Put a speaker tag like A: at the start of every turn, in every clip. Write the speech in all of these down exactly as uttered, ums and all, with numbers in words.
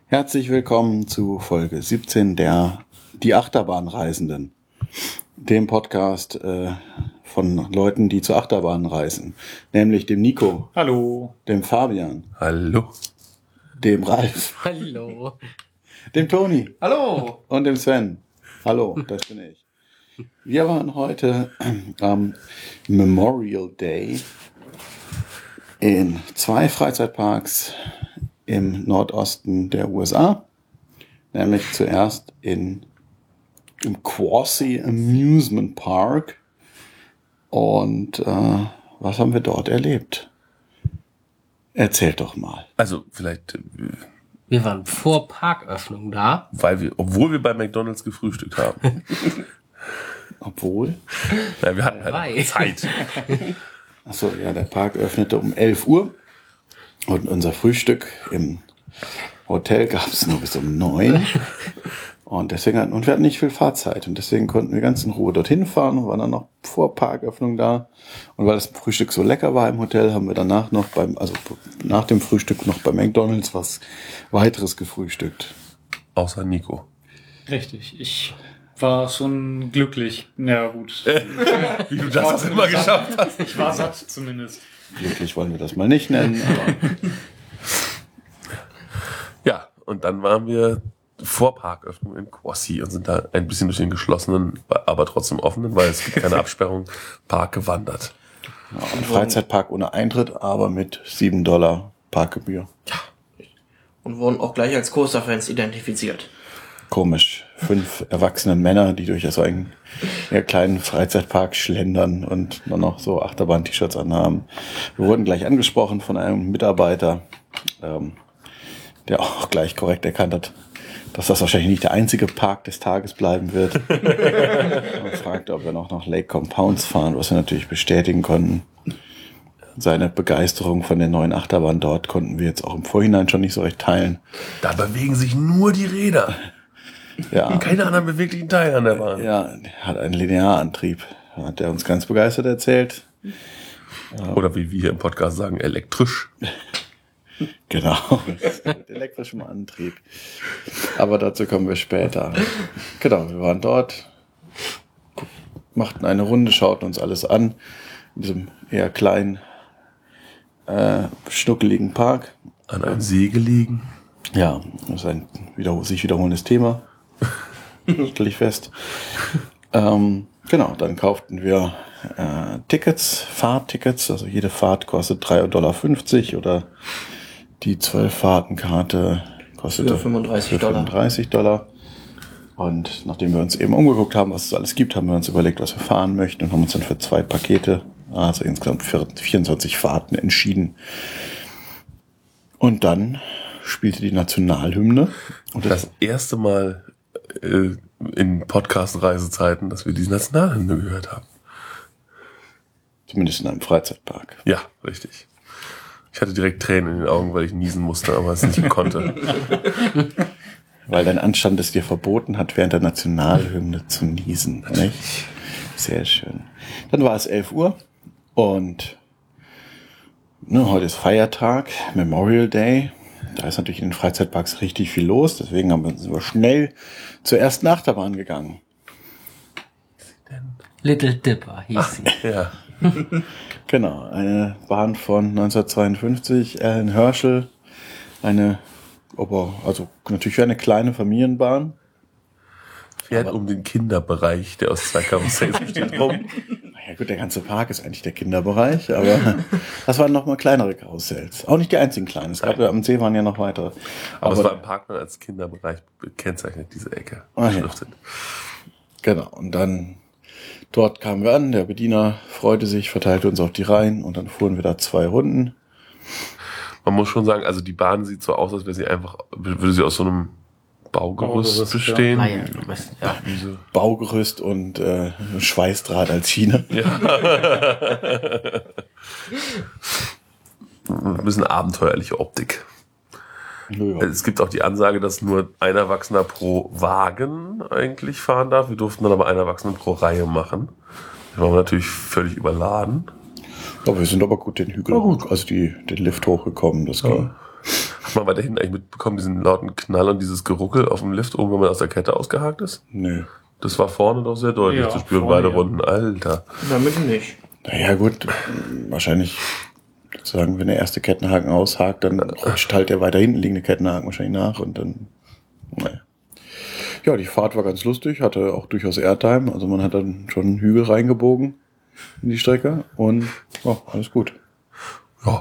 A: Herzlich willkommen zu Folge siebzehn der Die Achterbahnreisenden, dem Podcast äh, von Leuten, die zur Achterbahn reisen, nämlich dem Nico.
B: Hallo.
A: Dem Fabian.
C: Hallo.
A: Dem Ralf.
D: Hallo.
A: Dem Toni.
D: Hallo.
A: Und dem Sven. Hallo, das bin ich. Wir waren heute am Memorial Day in zwei Freizeitparks im Nordosten der U S A, nämlich zuerst in, im Quasi Amusement Park. Und äh, was haben wir dort erlebt? Erzählt doch mal.
C: Also vielleicht, äh,
D: Wir waren vor Parköffnung da.
C: weil wir, obwohl wir bei McDonald's gefrühstückt haben.
A: Obwohl?
C: Ja, wir hatten halt
D: Dabei.
C: Zeit.
A: Achso, ja, der Park öffnete um elf Uhr und unser Frühstück im Hotel gab es nur bis um neun. Und deswegen hatten, und wir hatten nicht viel Fahrzeit und deswegen konnten wir ganz in Ruhe dorthin fahren und waren dann noch vor Parköffnung da. Und weil das Frühstück so lecker war im Hotel, haben wir danach noch beim, also nach dem Frühstück noch bei McDonald's was weiteres gefrühstückt.
C: Außer Nico.
B: Richtig, ich war schon glücklich. Ja gut,
C: Wie du das auch immer geschafft hast.
B: ich war satt zumindest.
A: Glücklich wollen wir das mal nicht nennen, aber
C: Ja, und dann waren wir vor Parköffnung in Quasi und sind da ein bisschen durch den geschlossenen, aber trotzdem offenen, weil es gibt keine Absperrung, Park gewandert.
A: ja, ein Freizeitpark ohne Eintritt, aber mit sieben Dollar Parkgebühr.
E: Und wurden auch gleich als Coaster-Fans identifiziert.
A: Komisch. Fünf erwachsene Männer, die durch so einen eher kleinen Freizeitpark schlendern und nur noch so Achterbahn-T-Shirts anhaben. Wir wurden gleich angesprochen von einem Mitarbeiter, ähm, der auch gleich korrekt erkannt hat, dass das wahrscheinlich nicht der einzige Park des Tages bleiben wird. Und fragte, ob wir noch nach Lake Compounds fahren, was wir natürlich bestätigen konnten. Seine Begeisterung von der neuen Achterbahn dort konnten wir jetzt auch im Vorhinein schon nicht so recht teilen.
C: Da bewegen sich nur die Räder.
A: Ja.
C: Keine anderen beweglichen Teile an der Bahn.
A: Ja, er hat einen Linearantrieb. Hat er uns ganz begeistert erzählt.
C: Oder wie wir hier im Podcast sagen, elektrisch.
A: Genau, mit elektrischem Antrieb. Aber dazu kommen wir später. Genau, wir waren dort, machten eine Runde, schauten uns alles an. In diesem eher kleinen, äh, schnuckeligen Park.
C: An einem See gelegen.
A: Ja, das ist ein wieder, sich wiederholendes Thema. Stelle ich fest. Ähm, genau, dann kauften wir äh, Tickets, Fahrttickets. Also jede Fahrt kostet drei Dollar fünfzig oder die zwölf Fahrtenkarte kostete
E: Für fünfunddreißig
A: für
E: Dollar.
A: fünfunddreißig Dollar. Und nachdem wir uns eben umgeguckt haben, was es alles gibt, haben wir uns überlegt, was wir fahren möchten und haben uns dann für zwei Pakete, also insgesamt für vierundzwanzig Fahrten entschieden. Und dann spielte die Nationalhymne. Und das,
C: Das erste Mal äh, in Podcast-Reisezeiten, dass wir diese Nationalhymne gehört haben.
A: zumindest in einem Freizeitpark.
C: Ja, richtig. Ich hatte direkt Tränen in den Augen, weil ich niesen musste, aber es nicht konnte.
A: Weil dein Anstand es dir verboten hat, während der Nationalhymne zu niesen. Nicht? Sehr schön. Dann war es elf Uhr und ne, heute ist Feiertag, Memorial Day. Da ist natürlich in den Freizeitparks richtig viel los. Deswegen haben wir, sind wir schnell zur ersten Achterbahn gegangen.
D: Little Dipper hieß sie.
C: Ja.
A: Genau, eine Bahn von neunzehnhundertzweiundfünfzig, Alan Herschel. Eine, aber also natürlich eine kleine Familienbahn.
C: Fährt um den Kinderbereich, der aus zwei Karussells besteht, rum.
A: Ja gut, der ganze Park ist eigentlich der Kinderbereich, aber das waren noch mal kleinere Karussells. Auch nicht die einzigen kleinen. Es gab ja am See waren ja noch weitere.
C: Aber, aber es war im Park nur als Kinderbereich gekennzeichnet, diese Ecke.
A: Ah, ja. Genau, und dann dort kamen wir an, der Bediener freute sich, verteilte uns auf die Reihen und dann fuhren wir da zwei Runden.
C: Man muss schon sagen, also die Bahn sieht so aus, als wäre sie einfach, würde sie aus so einem Baugerüst,
B: Baugerüst,
C: bestehen.
D: Ah, ja, du bist, ja.
C: Diese
A: Baugerüst und äh, Schweißdraht als Schiene.
C: ein bisschen abenteuerliche Optik.
A: Ja.
C: Es gibt auch die Ansage, dass nur ein Erwachsener pro Wagen eigentlich fahren darf. Wir durften dann aber einen Erwachsenen pro Reihe machen. Wir waren natürlich völlig überladen.
A: Aber wir sind aber gut den Hügel,
C: Ja, gut.
A: also die, den Lift hochgekommen. Das ging.
C: Hat mal weiter hinten eigentlich mitbekommen, diesen lauten Knall und dieses Geruckel auf dem Lift oben, wenn man aus der Kette ausgehakt ist?
A: Nö.
C: Das war vorne doch sehr deutlich
B: Ja,
C: zu spüren,
B: vorne,
C: beide
B: ja.
C: Runden. Alter.
E: Damit nicht.
A: Naja, gut. Wahrscheinlich, sagen, wenn der erste Kettenhaken aushakt, dann rutscht halt der weiter hinten liegende Kettenhaken wahrscheinlich nach und dann, naja. Ja, die Fahrt war ganz lustig, hatte auch durchaus Airtime. Also man hat dann schon einen Hügel reingebogen in die Strecke und oh, alles gut.
C: Ja.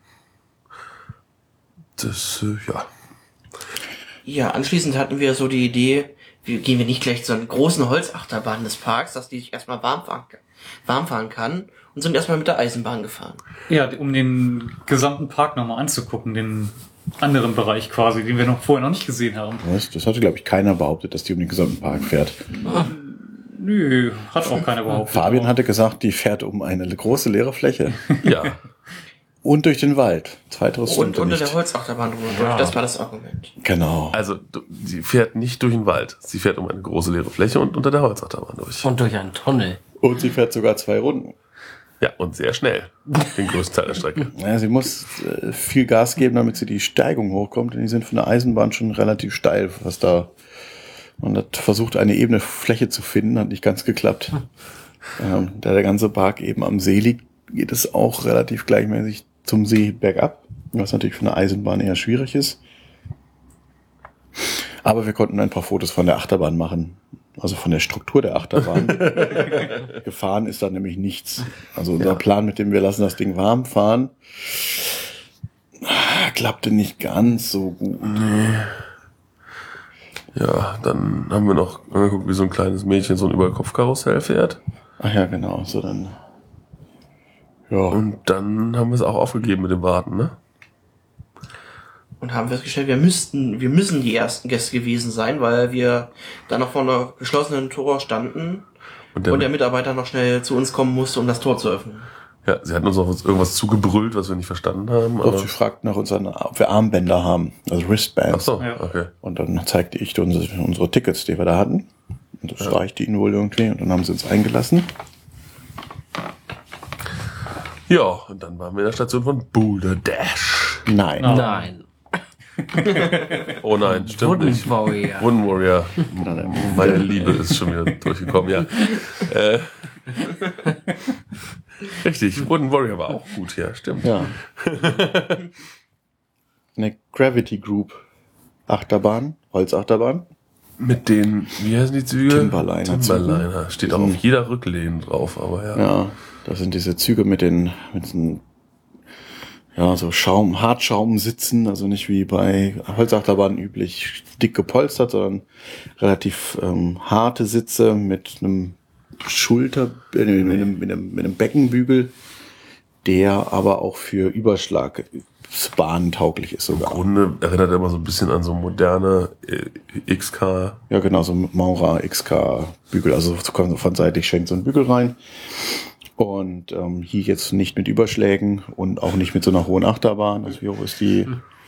C: Das, äh, ja.
E: Ja, anschließend hatten wir so die Idee, wie gehen wir nicht gleich zu einer großen Holzachterbahn des Parks, dass die sich erstmal warm fahren, warm fahren kann und sind erstmal mit der Eisenbahn gefahren.
B: Ja, um den gesamten Park nochmal anzugucken, den anderen Bereich quasi, den wir noch vorher noch nicht gesehen haben.
A: Das, das hatte, glaube ich, keiner behauptet, dass die um den gesamten Park fährt.
B: Nö, hat auch keiner behauptet.
A: Fabian hatte gesagt, die fährt um eine große leere Fläche
C: Ja.
A: und durch den Wald. Zweiteres
E: Und
A: stimmte
E: unter
A: nicht.
E: der Holzachterbahn drüber.
B: Ja.
E: Das war das Argument.
A: Genau.
C: Also, du- sie fährt nicht durch den Wald. Sie fährt um eine große leere Fläche und unter der Holzachterbahn durch.
D: Und durch einen Tunnel.
A: Und sie fährt sogar zwei Runden.
C: Ja, und sehr schnell. Den größten Teil der Strecke.
A: Ja, sie muss äh, viel Gas geben, damit sie die Steigung hochkommt. Denn die sind von der Eisenbahn schon relativ steil, was da. Man hat versucht, eine ebene Fläche zu finden, hat nicht ganz geklappt. Ähm, da der ganze Park eben am See liegt, geht es auch relativ gleichmäßig zum See bergab, was natürlich für eine Eisenbahn eher schwierig ist. Aber wir konnten ein paar Fotos von der Achterbahn machen. Also von der Struktur der Achterbahn. Gefahren ist da nämlich nichts. Also unser
C: Ja.
A: Plan, mit dem wir lassen das Ding warm fahren, klappte nicht ganz so gut.
C: Ja, dann haben wir noch angeguckt, wie so ein kleines Mädchen so ein Überkopfkarussell fährt.
A: Ach ja, genau. So dann. Ja.
C: Und dann haben wir es auch aufgegeben mit dem Warten, ne?
E: Und haben festgestellt, wir müssten, wir müssen die ersten Gäste gewesen sein, weil wir dann noch vor einer geschlossenen Tor standen
C: Und der,
E: und der Mitarbeiter noch schnell zu uns kommen musste, um das Tor zu öffnen.
C: ja, sie hatten uns auch irgendwas zugebrüllt, was wir nicht verstanden haben.
A: Doch,
C: Aber,
A: sie fragten nach unseren, ob wir Armbänder haben, also
C: ach
A: Wristbands.
C: so,
B: Ja.
C: okay.
A: Und dann zeigte ich unsere, unsere Tickets, die wir da hatten. Und das reichte ihnen wohl irgendwie. Und dann haben sie uns eingelassen.
C: Ja, und dann waren wir in der Station von Boulder Dash.
A: Nein.
B: Ah.
D: Nein.
C: Oh nein, stimmt
D: Wooden
C: nicht.
D: Warrior.
C: Wooden Warrior. Meine Liebe ist schon wieder durchgekommen, ja. Äh, richtig, Wooden Warrior war auch gut, ja, stimmt.
A: Ja. Eine Gravity Group Achterbahn, Holzachterbahn.
C: Mit den, wie heißen die Züge?
A: Timberliner.
C: Timberliner. Steht auch auf jeder Rücklehne drauf, aber ja.
A: Ja, das sind diese Züge mit den, mit diesen, ja, so Schaum, Hartschaum sitzen, also nicht wie bei Holzachterbahnen üblich dick gepolstert, sondern relativ ähm, harte Sitze mit einem Schulter, äh, mit, einem, mit, einem, mit einem Beckenbügel, der aber auch für Überschlagbahnen tauglich ist
C: Im
A: sogar.
C: Grunde erinnert er immer so ein bisschen an so moderne äh, X K.
A: Ja, genau, so Maurer X K Bügel, also kommt so von seitlich schenkt so ein Bügel rein. Und ähm, hier jetzt nicht mit Überschlägen und auch nicht mit so einer hohen Achterbahn. Also wie hoch ist die?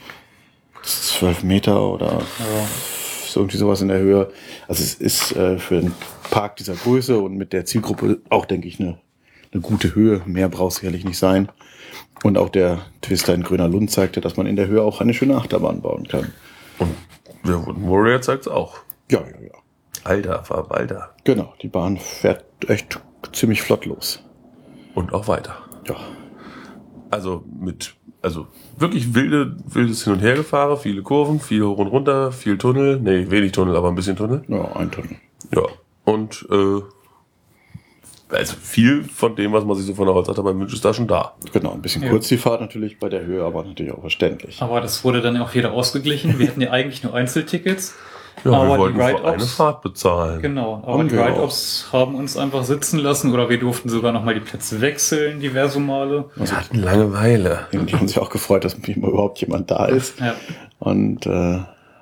A: zwölf Meter oder so irgendwie sowas in der Höhe. Also es ist äh, für einen Park dieser Größe und mit der Zielgruppe auch, denke ich, eine, eine gute Höhe. Mehr braucht es sicherlich nicht sein. Und auch der Twister in Grüner Lund zeigte, dass man in der Höhe auch eine schöne Achterbahn bauen kann.
C: Und der Wooden Warrior zeigt es auch.
A: Ja, ja, ja.
C: Alter, Verwalter.
A: Genau, die Bahn fährt echt ziemlich flott los.
C: Und auch weiter.
A: Ja.
C: Also mit, also wirklich wilde, wildes Hin- und Hergefahren, viele Kurven, viel hoch und runter, viel Tunnel. Nee, wenig Tunnel, aber ein bisschen Tunnel.
A: Ja, ein Tunnel.
C: Ja. Und äh, also viel von dem, was man sich so von der Holzachterbahn wünscht, ist da schon da.
A: Genau, ein bisschen
B: Ja.
A: kurz die Fahrt natürlich bei der Höhe, aber natürlich auch verständlich.
B: Aber das wurde dann auch wieder ausgeglichen. Wir hatten ja eigentlich nur Einzeltickets.
C: Ja,
B: aber
C: wir wollten
B: die
C: für eine
B: Ride-Offs,
C: Fahrt bezahlen.
B: genau, aber
A: Haben
B: die
A: wir auch.
B: Ride-Offs haben uns einfach sitzen lassen oder wir durften sogar nochmal die Plätze wechseln, diverse Male.
C: Wir hatten Langeweile.
A: Die haben sich auch gefreut, dass überhaupt jemand da ist.
B: Ja.
A: Und äh,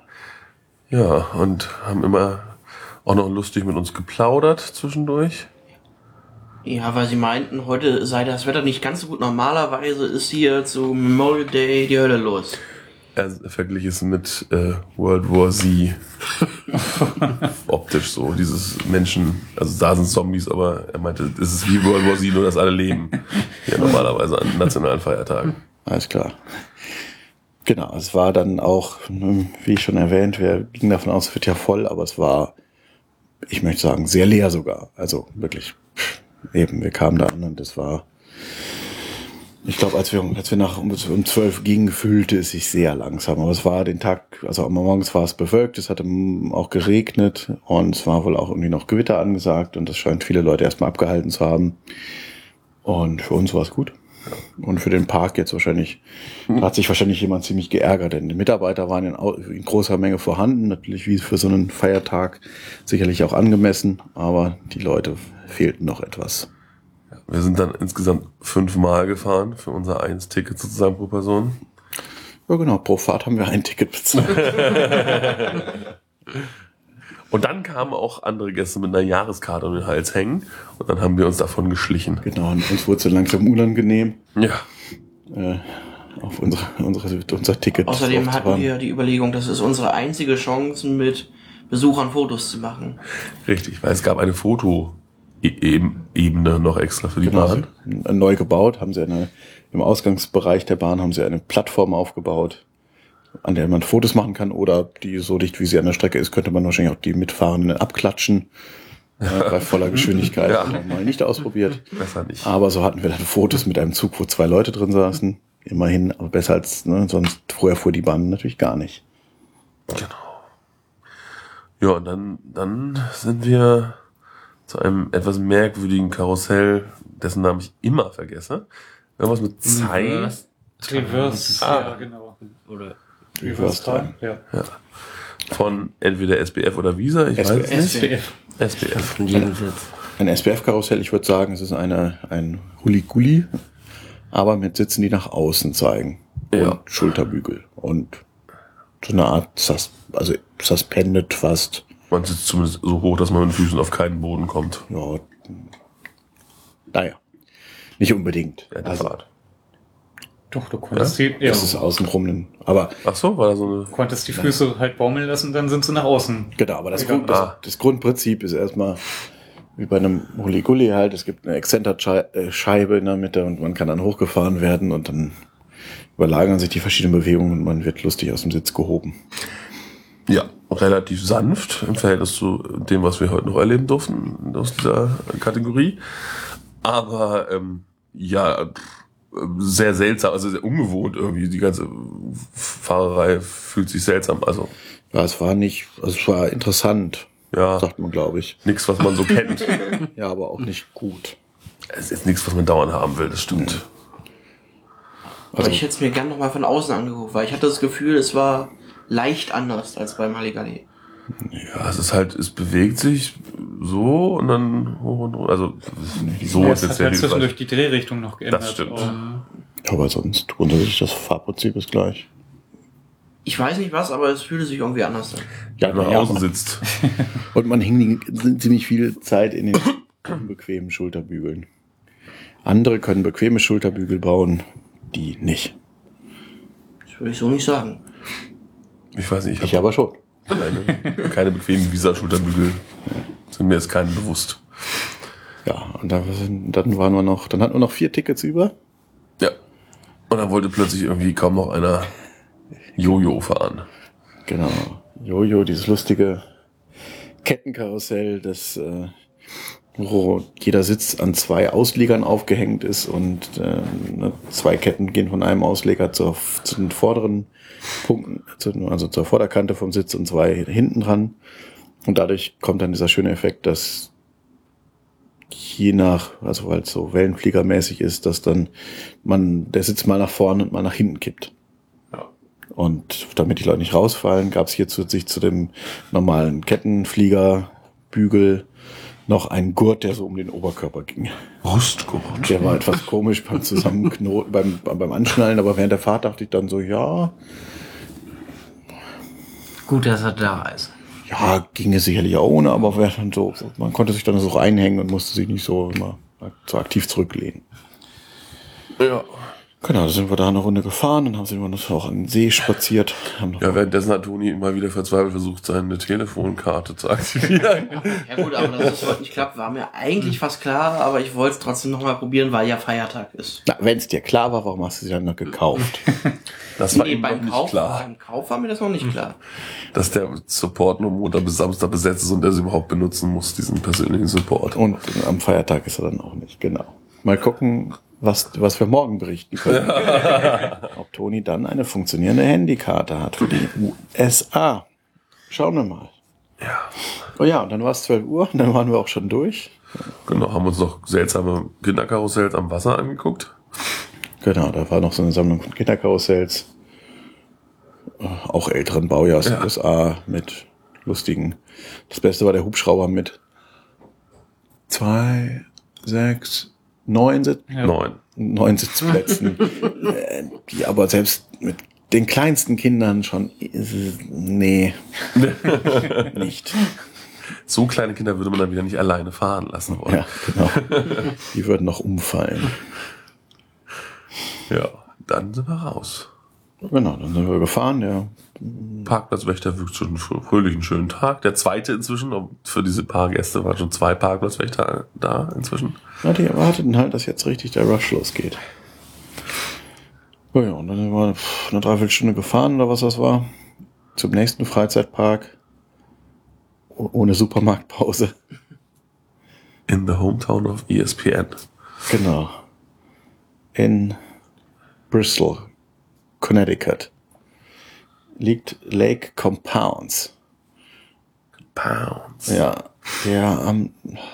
C: Ja, und haben immer auch noch lustig mit uns geplaudert zwischendurch.
E: Ja, weil sie meinten, heute sei das Wetter nicht ganz so gut. Normalerweise ist hier zu Memorial Day die Hölle los.
C: Er verglich es mit äh, World War Z. Optisch so, dieses Menschen, also da sind Zombies, aber er meinte, es ist wie World War Z, nur dass alle leben. Ja, normalerweise an nationalen Feiertagen.
A: alles klar. Genau, es war dann auch, wie ich schon erwähnt, wir gingen davon aus, es wird ja voll, aber es war, ich möchte sagen, sehr leer sogar. Also wirklich, eben, wir kamen da an und es war, ich glaube, als wir, als wir nach um, um zwölf gingen, füllte es sich sehr langsam. Aber es war den Tag, also am morgens war es bewölkt, es hatte auch geregnet und es war wohl auch irgendwie noch Gewitter angesagt und das scheint viele Leute erstmal abgehalten zu haben. Und für uns war es gut. Und für den Park jetzt wahrscheinlich, da hat sich wahrscheinlich jemand ziemlich geärgert, denn die Mitarbeiter waren in, au- in großer Menge vorhanden, natürlich wie für so einen Feiertag sicherlich auch angemessen, aber die Leute fehlten noch etwas.
C: Wir sind dann insgesamt fünfmal gefahren für unser eins Ticket sozusagen pro Person.
A: Ja genau, pro Fahrt haben wir ein Ticket bezahlt.
C: Und dann kamen auch andere Gäste mit einer Jahreskarte um den Hals hängen und dann haben wir uns davon geschlichen.
A: Genau, und uns wurde so langsam unangenehm,
C: Ja.
A: äh, auf unsere, unsere, unser Ticket
E: Außerdem
A: drauf zu
E: hatten
A: fahren.
E: wir die Überlegung, das ist unsere einzige Chance, mit Besuchern Fotos zu machen.
C: Richtig, weil es gab eine Foto-Ebene noch extra für die
A: Genau,
C: Bahn.
A: neu gebaut, haben sie eine, im Ausgangsbereich der Bahn haben sie eine Plattform aufgebaut, an der man Fotos machen kann oder die so dicht wie sie an der Strecke ist, könnte man wahrscheinlich auch die Mitfahrenden abklatschen. Äh, bei voller Geschwindigkeit.
C: Ja.
A: Haben wir mal nicht ausprobiert.
C: Besser nicht.
A: Aber so hatten wir dann Fotos mit einem Zug, wo zwei Leute drin saßen. Immerhin, aber besser als, ne, sonst vorher fuhr die Bahn natürlich gar nicht.
C: Genau. Ja, und dann, dann sind wir zu einem etwas merkwürdigen Karussell, dessen Namen ich immer vergesse. Irgendwas mit Zeit.
D: Reverse.
B: Reverse,
C: Ah.
B: ja, genau.
D: Oder
A: Reverse Time.
B: Ja.
C: Von entweder S B F oder Visa, ich
A: S B F.
C: weiß es nicht.
B: S B F.
C: S B F.
D: von jedem Sitz.
A: Ein S B F-Karussell, ich würde sagen, es ist eine, ein Huli-Gulli, aber mit Sitzen, die nach außen zeigen.
C: Ja.
A: Und Schulterbügel. Und so eine Art, sus also suspended fast.
C: Man sitzt zumindest so hoch, dass man mit den Füßen auf keinen Boden kommt.
A: Ja, naja, nicht unbedingt.
C: Ja, die
A: Also,
C: Fahrt.
B: Doch, du konntest die, ja,
A: das ist außenrum, ein- aber
C: Ach so, war da so eine...
B: konntest die Füße halt baumeln lassen, dann sind sie nach außen.
A: genau, aber das,
B: Ja.
A: Grund, das,
C: Ah.
A: das Grundprinzip ist erstmal wie bei einem Huli-Gulli halt, es gibt eine Exzenterscheibe in der Mitte und man kann dann hochgefahren werden und dann überlagern sich die verschiedenen Bewegungen und man wird lustig aus dem Sitz gehoben.
C: Ja, relativ sanft im Verhältnis zu dem, was wir heute noch erleben durften aus dieser Kategorie. Aber ähm, ja, sehr seltsam, also sehr ungewohnt irgendwie. Die ganze Fahrerei fühlt sich seltsam. Also
A: Ja, es war nicht, also es war interessant,
C: ja,
A: sagt man, glaube ich.
C: nichts, was man so kennt.
A: Ja, aber auch nicht gut.
C: Es ist jetzt nichts, was man dauernd haben will, das stimmt.
E: Aber ich hätte es mir gern nochmal von außen angeguckt, weil ich hatte das Gefühl, es war leicht anders als beim Halligalli.
C: Ja, es ist halt, es bewegt sich so und dann hoch und runter. Also so
B: Ja,
C: ist
B: es
C: jetzt
B: hat
C: sehr
B: halt zwischendurch
C: hilfreich.
B: die Drehrichtung noch geändert.
C: Das stimmt.
B: Ähm,
A: Aber sonst grundsätzlich das Fahrprinzip ist gleich.
E: Ich weiß nicht was, aber es fühlte sich irgendwie anders an.
A: Ja,
C: Nach
A: ja.
C: außen sitzt.
A: Und man hing die- ziemlich viel Zeit in den unbequemen Schulterbügeln. Andere können bequeme Schulterbügel bauen, die nicht.
E: Das würde ich so nicht sagen.
C: Ich weiß nicht, ich
A: Ich
C: habe
A: aber schon.
C: keine, keine bequemen Visa-Schulterbügel. Sind mir jetzt keinen bewusst.
A: Ja, und dann, dann waren wir noch, dann hatten wir noch vier Tickets über.
C: Ja. Und dann wollte plötzlich irgendwie kaum noch einer Jojo fahren.
A: Genau. Jojo, dieses lustige Kettenkarussell, das, äh, wo jeder Sitz an zwei Auslegern aufgehängt ist und äh, ne, zwei Ketten gehen von einem Ausleger zur, zu den vorderen Punkten, zu, also zur Vorderkante vom Sitz und zwei hinten dran. Und dadurch kommt dann dieser schöne Effekt, dass je nach, also weil es so wellenfliegermäßig ist, dass dann man der Sitz mal nach vorne und mal nach hinten kippt.
C: Ja.
A: Und damit die Leute nicht rausfallen, gab es hier zusätzlich zu dem normalen Kettenfliegerbügel noch einen Gurt, der so um den Oberkörper ging.
C: Brustgurt.
A: Der war etwas komisch beim Zusammenknoten, beim, beim Anschnallen, aber während der Fahrt dachte ich dann so, ja,
D: Gut, dass er da ist.
A: ja, ging es sicherlich auch ohne, aber wäre dann so, man konnte sich dann so einhängen und musste sich nicht so immer so aktiv zurücklehnen.
C: Ja.
A: Genau, da sind wir da eine Runde gefahren, dann haben sie noch auch an den See spaziert. Haben noch
C: Ja, währenddessen hat Toni immer wieder verzweifelt versucht, seine Telefonkarte zu aktivieren.
E: Ja gut, aber dass es heute nicht klappt, war mir eigentlich fast klar, aber ich wollte es trotzdem nochmal probieren, weil ja Feiertag ist.
A: Na, wenn es dir klar war, warum hast du sie dann noch gekauft?
C: Das war
E: Nee,
C: ihm noch
E: beim
C: nicht
E: Kauf,
C: klar,
E: beim Kauf war mir das noch nicht klar.
C: dass der Support nur Montag bis Samstag besetzt ist und er sie überhaupt benutzen muss, diesen persönlichen Support.
A: Und am Feiertag ist er dann auch nicht, genau. Mal gucken, was, was wir morgen berichten können. Ob Toni dann eine funktionierende Handykarte hat für die U S A. Schauen wir mal.
C: Ja.
A: Oh ja, und dann war es zwölf Uhr und dann waren wir auch schon durch.
C: Genau, haben uns noch seltsame Kinderkarussells am Wasser angeguckt.
A: Genau, da war noch so eine Sammlung von Kinderkarussells. Auch älteren Baujahrs
C: Ja.
A: U S A mit lustigen. Das Beste war der Hubschrauber mit zwei, sechs, neun, Sitz,
B: Ja.
C: Neun.
A: neun Sitzplätzen. äh, die aber selbst mit den kleinsten Kindern schon, nee, nicht.
C: So kleine Kinder würde man dann wieder nicht alleine fahren lassen wollen.
A: Ja, genau. Die würden noch umfallen.
C: Ja, dann sind wir raus.
A: Genau, dann sind wir gefahren. Der
C: Parkplatzwächter wünscht schon einen fröhlichen, schönen Tag. Der zweite inzwischen, für diese paar Gäste waren schon zwei Parkplatzwächter da inzwischen.
A: Ja, die erwarteten halt, dass jetzt richtig der Rush losgeht. Oh ja, und dann sind wir eine Dreiviertelstunde gefahren oder was das war. Zum nächsten Freizeitpark. Oh- Ohne Supermarktpause.
C: In the hometown of E S P N.
A: Genau. In Bristol, Connecticut. Liegt Lake Compounds.
C: Pounds.
A: Ja, der am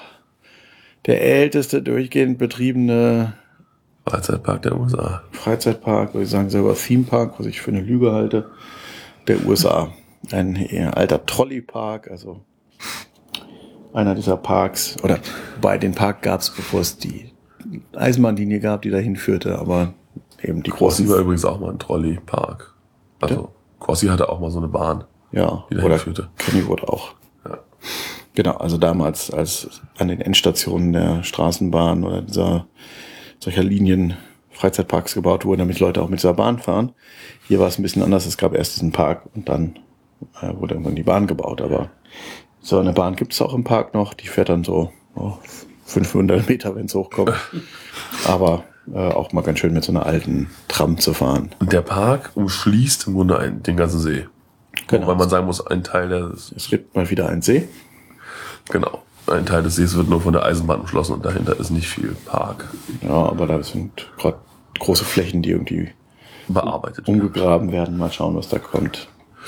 A: der älteste durchgehend betriebene
C: Freizeitpark der U S A.
A: Freizeitpark, würde ich sagen, selber Theme Park, was ich für eine Lüge halte, der U S A. Ein eher alter Trolleypark, also einer dieser Parks, oder bei den Park gab es, bevor es die Eisenbahnlinie gab, die dahin führte, aber eben die
C: Crossi
A: großen,
C: war übrigens auch mal ein Trolleypark. Also, Crossi hatte auch mal so eine Bahn.
A: ja,
C: die dahin
A: oder
C: führte.
A: Kennywood auch.
C: Ja.
A: Genau, also damals, als an den Endstationen der Straßenbahn oder dieser solcher Linien Freizeitparks gebaut wurden, damit Leute auch mit dieser Bahn fahren. Hier war es ein bisschen anders. Es gab erst diesen Park und dann äh, wurde irgendwann die Bahn gebaut. Aber so eine Bahn gibt es auch im Park noch. Die fährt dann so oh, fünfhundert Meter, wenn es hochkommt. Aber äh, auch mal ganz schön mit so einer alten Tram zu fahren.
C: Und der Park umschließt im Grunde ein, den ganzen See.
A: Genau.
C: Weil man sagen muss, ein Teil der,
A: Es gibt mal wieder einen See.
C: genau, ein Teil des Sees wird nur von der Eisenbahn umschlossen und dahinter ist nicht viel Park
A: Ja, aber da sind gerade große Flächen, die irgendwie
C: bearbeitet. wird.
A: umgegraben werden. Mal schauen, was da kommt.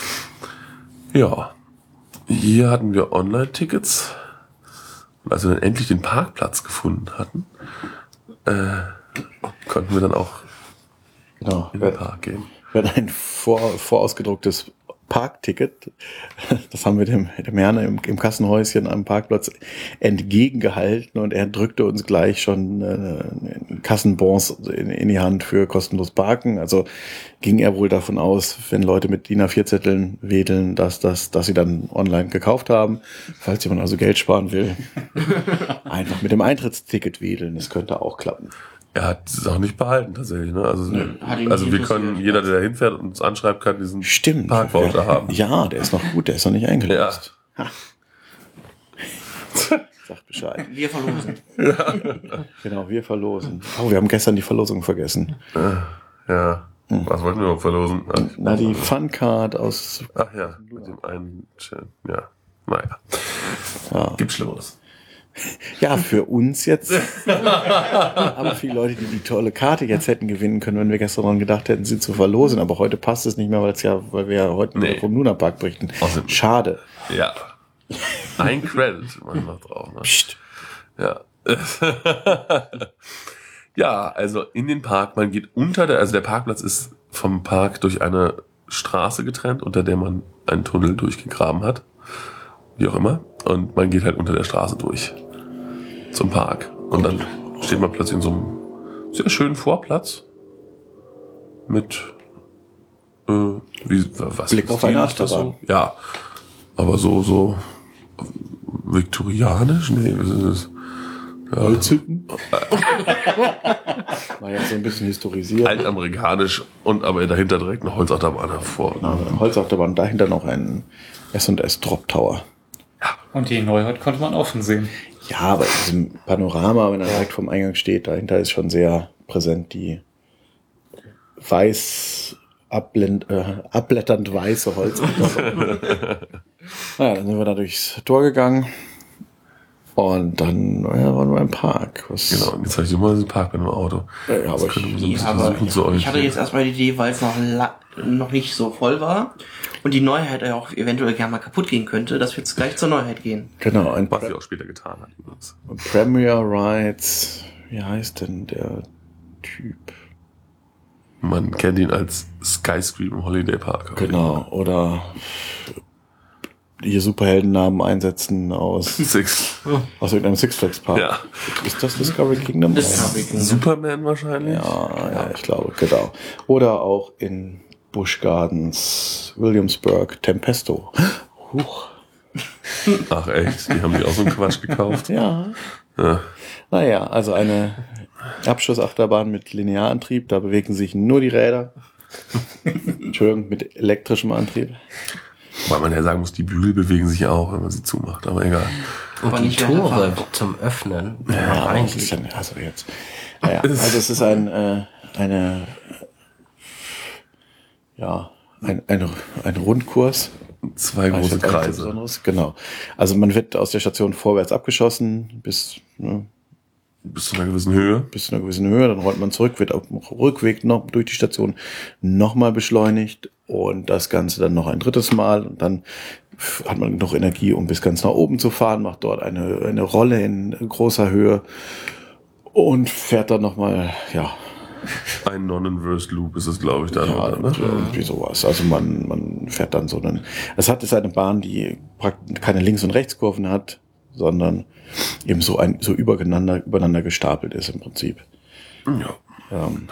C: Ja, hier hatten wir Online-Tickets. Und als wir dann endlich den Parkplatz gefunden hatten, äh, konnten wir dann auch
A: Genau.
C: in den Park gehen.
A: Wir hatten ein vor, vorausgedrucktes Parkticket. Das haben wir dem, dem Herrn im, im Kassenhäuschen am Parkplatz entgegengehalten und er drückte uns gleich schon äh, Kassenbons in, in die Hand für kostenlos Parken. Also ging er wohl davon aus, wenn Leute mit D I N A vier Zetteln wedeln, dass, dass, dass sie dann online gekauft haben. Falls jemand also Geld sparen will, einfach mit dem Eintrittsticket wedeln. Das könnte auch klappen.
C: Er hat es auch nicht behalten tatsächlich. Ne? Also,
E: hat ihn
C: also
E: nicht
C: wir
E: interessiert.
C: können, jeder, der da hinfährt und uns anschreibt, kann diesen
A: Stimmt.
C: Parkvoucher
A: ja,
C: haben.
A: Ja, der ist noch gut, der ist noch nicht eingelöst.
C: Ja.
A: Sagt Bescheid.
E: Wir verlosen.
A: Genau, wir verlosen. Oh, wir haben gestern die Verlosung vergessen.
C: Ja. Was wollten wir überhaupt verlosen?
A: Na, die Funcard aus,
C: Ach ja, mit dem einen Schirm. Ja, naja.
A: ja,
C: Gibt Schlimmeres.
A: ja, für uns jetzt. Aber viele Leute, die die tolle Karte jetzt hätten gewinnen können, wenn wir gestern daran gedacht hätten, sie zu verlosen. Aber heute passt es nicht mehr, weil es ja, weil wir ja heute
C: Nee.
A: nur vom Lunapark berichten.
C: Außerdem-
A: Schade.
C: Ja. Ein Credit machen wir drauf. Ne?
A: Psst.
C: Ja. Ja, also in den Park, man geht unter der, also der Parkplatz ist vom Park durch eine Straße getrennt, unter der man einen Tunnel durchgegraben hat. Wie auch immer. Und man geht halt unter der Straße durch. Zum Park. Und dann steht man plötzlich in so einem sehr schönen Vorplatz. Mit, äh, wie, was?
A: Blick auf eine Achterbahn.
C: So? Ja. Aber so, so, viktorianisch? Nee, was ist das? Ja.
A: Holzhütten? War ja so ein bisschen historisiert.
C: Altamerikanisch und aber dahinter direkt eine Holzachterbahn hervor.
A: Genau, eine Holzachterbahn, dahinter noch ein S und S Drop Tower.
B: Und die Neuheit konnte man offen sehen.
A: Ja, aber in diesem Panorama, wenn er direkt vom Eingang steht, dahinter ist schon sehr präsent die weiß, abblend, äh, abblätternd weiße Holzachterbahn. Naja, dann sind wir da durchs Tor gegangen. Und dann ja, waren wir im Park. Was
C: Genau, und jetzt habe ich immer diesen Park bei einem Auto.
A: Ja, aber ich,
C: so ein
E: Ja,
C: bisschen
E: aber
C: versuchen zu
E: ich, ich hatte
C: orientieren.
E: jetzt erstmal die Idee, weil es noch, la- noch nicht so voll war und die Neuheit ja auch eventuell gerne mal kaputt gehen könnte, dass wir jetzt gleich zur Neuheit gehen.
A: genau, ein
C: Was sie auch später getan hat. Übrigens.
A: Premier Rides. Wie heißt denn der Typ?
C: Man kennt ihn als Skyscream Holiday Park.
A: Genau, oder hier Superheldennamen einsetzen aus,
C: Six.
A: aus irgendeinem Six Flags Park.
C: Ja.
A: Ist das Discovery Kingdom?
E: Discovery Kingdom.
C: Superman wahrscheinlich.
A: Ja, ja, ich glaube, genau. Oder auch in Busch Gardens, Williamsburg, Tempesto. Huch.
C: Ach echt, die haben die auch so einen Quatsch gekauft.
A: Ja.
C: Ja.
A: Naja, also eine Abschussachterbahn mit Linearantrieb, da bewegen sich nur die Räder. Entschuldigung, mit elektrischem Antrieb.
C: Weil man ja sagen muss, die Bügel bewegen sich auch, wenn man sie zumacht, aber egal.
D: Und
E: Aber
D: die
E: nicht während der
D: Tore
E: Fahrt.
D: zum Öffnen.
A: Ja, aber das ist
D: eigentlich.
A: dann, also jetzt. Naja, also es ist ein, äh, eine, ja, ein, ein, ein Rundkurs.
C: Zwei große
A: Also nichts
C: Kreise.
A: Besonderes. Genau. Also man wird aus der Station vorwärts abgeschossen bis, ne,
C: Bis zu einer gewissen Höhe.
A: bis zu einer gewissen Höhe, dann rollt man zurück, wird auf dem Rückweg noch durch die Station nochmal beschleunigt und das Ganze dann noch ein drittes Mal und dann hat man noch Energie, um bis ganz nach oben zu fahren, macht dort eine, eine Rolle in großer Höhe und fährt dann nochmal, ja,
C: Ein Non-Inverse Loop ist es, glaube ich, dann.
A: ja,
C: oder, ne?
A: irgendwie sowas. Also man, man fährt dann so einen, es hat ist eine Bahn, die praktisch keine Links- und Rechtskurven hat, sondern eben so ein, so übereinander, übereinander gestapelt ist im Prinzip.
C: Ja.
A: Ähm,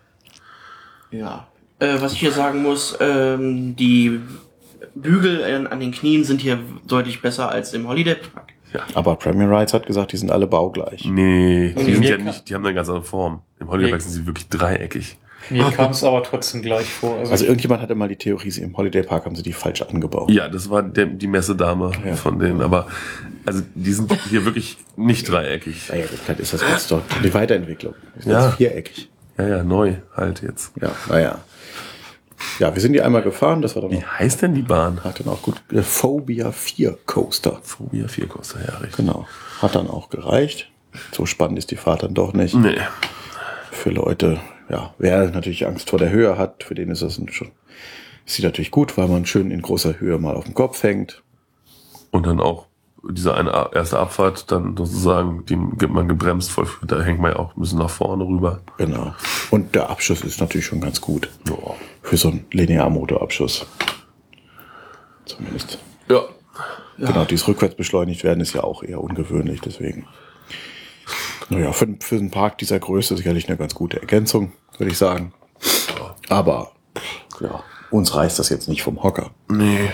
E: Ja. Äh, was ich hier sagen muss, ähm, die Bügel an, an den Knien sind hier deutlich besser als im Holiday Park.
A: Aber Premier Rides hat gesagt, die sind alle baugleich.
C: Nee, die
B: Nee,
C: sind
B: mir
C: ja
B: kann-
C: nicht, die haben eine ganz andere Form. Im Holiday Park
B: Nee.
C: sind sie wirklich dreieckig.
B: Mir kam es aber trotzdem gleich vor. Also,
A: Also irgendjemand hatte mal die Theorie, sie im Holiday Park haben sie die falsch angebaut.
C: Ja, das war der, die Messedame
A: Ja.
C: von denen, aber also die sind hier wirklich nicht dreieckig.
A: Naja, vielleicht ist das jetzt doch die Weiterentwicklung. Ist
C: Ja.
A: das viereckig.
C: Ja, ja, neu halt jetzt.
A: Ja, naja. Ja, wir sind die einmal gefahren, das war dann
C: Wie
A: auch,
C: heißt denn die Bahn?
A: hat dann auch gut, äh, Phobia vier Coaster.
C: Phobia vier Coaster, ja, richtig.
A: Genau. Hat dann auch gereicht. So spannend ist die Fahrt dann doch nicht.
C: Nee.
A: Für Leute, ja, wer natürlich Angst vor der Höhe hat, für den ist das schon, ist sie natürlich gut, weil man schön in großer Höhe mal auf dem Kopf hängt.
C: Und dann auch diese eine A- erste Abfahrt, dann sozusagen, die gibt man gebremst voll, da hängt man ja auch ein bisschen nach vorne rüber.
A: Genau. Und der Abschuss ist natürlich schon ganz gut.
C: Ja.
A: Für so einen Linearmotorabschuss. Zumindest.
C: Ja.
A: Genau, dieses rückwärts beschleunigt werden ist ja auch eher ungewöhnlich, deswegen. Naja, für, für einen Park dieser Größe sicherlich eine ganz gute Ergänzung, würde ich sagen. Aber, ja, uns reißt das jetzt nicht vom Hocker.
C: Nee.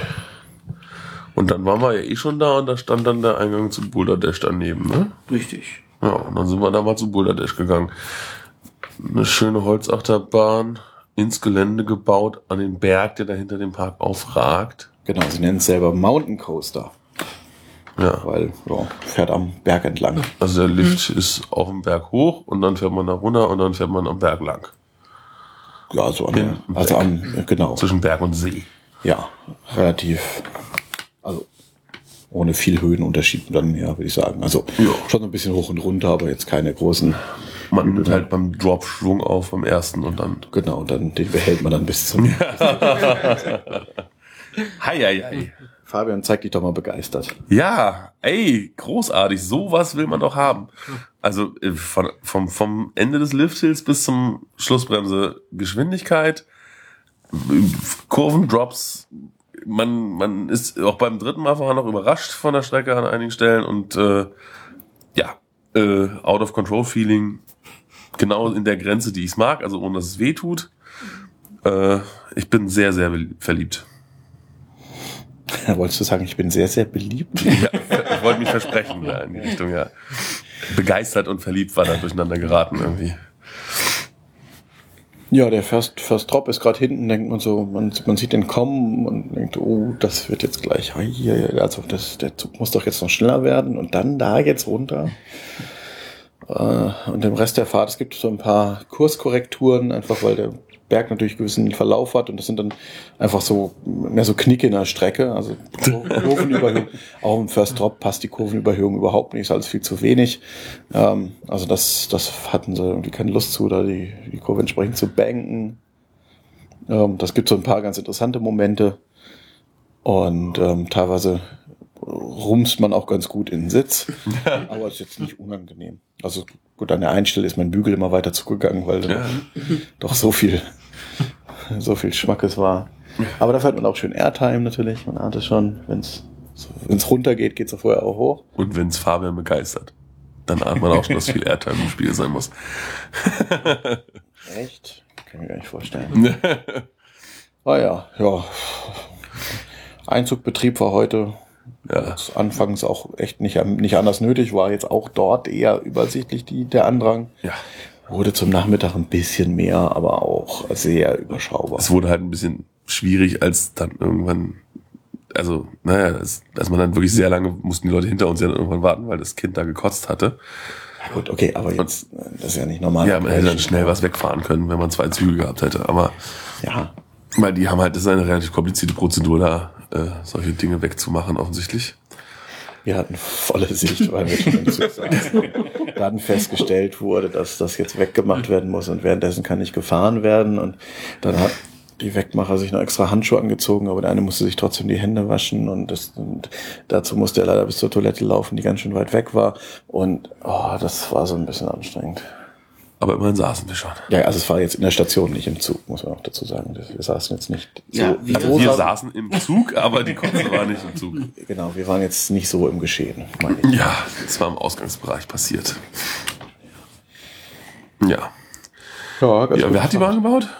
C: Und dann waren wir ja eh schon da und da stand dann der Eingang zu Boulder Dash daneben, ne?
E: Richtig.
C: Ja, und dann sind wir da mal zu Boulder Dash gegangen. Eine schöne Holzachterbahn ins Gelände gebaut, an den Berg, der da hinter dem Park aufragt.
A: Genau, sie nennen es selber Mountain Coaster,
C: Ja,
A: weil, ja, fährt am Berg entlang.
C: also der Lift ist auf dem Berg hoch und dann fährt man da runter und dann fährt man am Berg lang.
A: Ja, so an der, also am, genau.
C: Zwischen Berg und See.
A: Ja, relativ, also ohne viel Höhenunterschied dann, ja, würde ich sagen. Also
C: Ja.
A: schon ein bisschen hoch und runter, aber jetzt keine großen.
C: Man nimmt halt beim Drop Schwung auf beim ersten und dann.
A: Genau, dann den behält man dann bis zum.
C: Hei, hei, hei.
A: Fabian, zeig dich doch mal begeistert.
C: Ja, ey, großartig. Sowas will man doch haben. Also äh, von, vom, vom Ende des Lifthills bis zum Schlussbremse Geschwindigkeit, äh, Kurvendrops. Man, man ist auch beim dritten Mal fahren noch überrascht von der Strecke an einigen Stellen und äh, ja, äh, Out-of-Control-Feeling genau in der Grenze, die ich mag, also ohne dass es weh tut. Äh, ich bin sehr, sehr verliebt.
A: Wolltest du sagen, ich bin sehr, sehr beliebt?
C: Ja, ich wollte mich versprechen, ja, in die Richtung, ja. Begeistert und verliebt war da durcheinander geraten irgendwie.
A: Ja, der First, First Drop ist gerade hinten, denkt man so, man, man sieht den kommen und denkt, oh, das wird jetzt gleich, also das, der Zug muss doch jetzt noch schneller werden und dann da jetzt runter. Und im Rest der Fahrt, es gibt so ein paar Kurskorrekturen, einfach weil der Berg natürlich einen gewissen Verlauf hat und das sind dann einfach so mehr so Knicke in der Strecke, also Kurvenüberhöhung. Auch im First Drop passt die Kurvenüberhöhung überhaupt nicht, ist alles viel zu wenig. Ähm, also das, das hatten sie irgendwie keine Lust zu, da die, die Kurve entsprechend zu banken. Ähm, das gibt so ein paar ganz interessante Momente und ähm, teilweise rumst man auch ganz gut in den Sitz, aber ist jetzt nicht unangenehm. Also gut, an der einen Stelle ist mein Bügel immer weiter zugegangen, weil ja. doch so viel, so viel Schmackes war. Aber dafür hat man auch schön Airtime natürlich. Man ahnt es schon, wenn es wenn's runtergeht, geht es ja vorher auch hoch.
C: Und wenn es Fabian begeistert, dann ahnt man auch schon, dass viel Airtime im Spiel sein muss.
A: Echt? Kann ich mir gar nicht vorstellen. Ah ja, ja. Einzugbetrieb war heute ja. anfangs auch echt nicht, nicht anders nötig, war jetzt auch dort eher übersichtlich die, der Andrang.
C: Ja.
A: Wurde zum Nachmittag ein bisschen mehr, aber auch sehr überschaubar.
C: Es wurde halt ein bisschen schwierig, als dann irgendwann, also, naja, dass, dass man dann wirklich sehr lange, mussten die Leute hinter uns ja irgendwann warten, weil das Kind da gekotzt hatte.
A: Ja gut, okay, aber jetzt, Und, das ist ja nicht normal.
C: Ja, man hätte dann schnell was wegfahren können, wenn man zwei Züge gehabt hätte, aber
A: ja.
C: Weil die haben halt, das ist eine relativ komplizierte Prozedur da, äh, solche Dinge wegzumachen offensichtlich.
A: Wir hatten volle Sicht, weil wir schon im Zug saßen. Dann festgestellt wurde, dass das jetzt weggemacht werden muss und währenddessen kann nicht gefahren werden und dann hat die Wegmacher sich noch extra Handschuhe angezogen, aber der eine musste sich trotzdem die Hände waschen und, das, und dazu musste er leider bis zur Toilette laufen, die ganz schön weit weg war und oh, das war so ein bisschen anstrengend.
C: Aber immerhin saßen wir schon.
A: Ja, also es war jetzt in der Station, nicht im Zug, muss man auch dazu sagen. Wir saßen jetzt nicht so.
E: Ja, wir,
C: also wir saßen im Zug, aber die Kotze war nicht im Zug.
A: Genau, wir waren jetzt nicht so im Geschehen, meine ich.
C: Ja, das war im Ausgangsbereich passiert. Ja.
A: Ja,
C: ja wer hat die Bahn gebaut?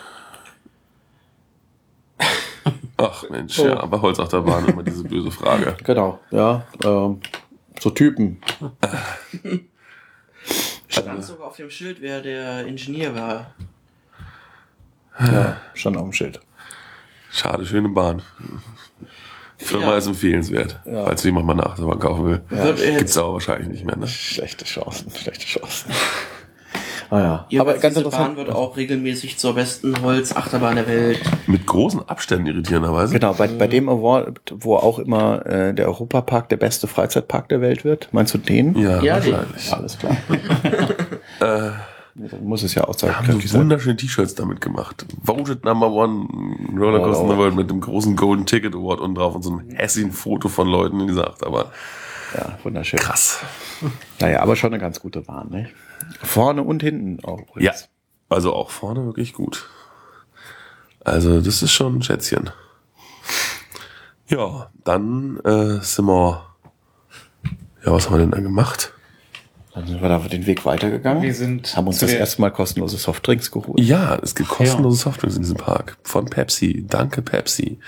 C: Ach Mensch, oh. ja, aber Holzachterbahn, immer diese böse Frage.
A: Genau, ja, ähm, so Typen.
E: Stand sogar auf dem Schild, wer der Ingenieur war.
A: Ja, stand auf dem Schild.
C: Schade, schöne Bahn. Firma
E: Ja.
C: ist empfehlenswert.
A: Ja.
C: Falls jemand mal nach Achterbahn kaufen will.
E: Ja.
C: Gibt's aber wahrscheinlich nicht mehr, ne?
A: Schlechte Chancen, schlechte Chancen. Ah ja,
E: Ja,
A: aber
E: aber
A: ganz
E: diese
A: interessant.
E: Bahn wird auch regelmäßig zur besten Holzachterbahn der Welt.
C: Mit großen Abständen irritierenderweise.
A: Genau, bei, bei dem Award, wo auch immer äh, der Europapark der beste Freizeitpark der Welt wird. Meinst du den?
C: Ja,
E: Ja,
C: wahrscheinlich.
A: Alles klar.
C: Äh,
A: Dann muss es ja
C: Wir
A: außerhalb
C: haben so wunderschöne T-Shirts damit gemacht. Voted Number One Rollercoaster in the World mit dem großen Golden Ticket Award unten drauf und so einem hässlichen Foto von Leuten, die gesagt, aber
A: Ja, wunderschön.
C: krass.
A: Naja, aber schon eine ganz gute Bahn, ne? Vorne und hinten auch.
C: Ja, also auch vorne wirklich gut. Also das ist schon ein Schätzchen. Ja, dann äh, sind wir... Ja, was haben wir denn da gemacht?
A: Dann sind wir da den Weg weitergegangen.
B: Wir sind
A: haben uns
B: zu
A: das
B: der-
A: erste Mal kostenlose Softdrinks geholt.
C: Ja, es gibt kostenlose Softdrinks in diesem Park. Von Pepsi. Danke, Pepsi.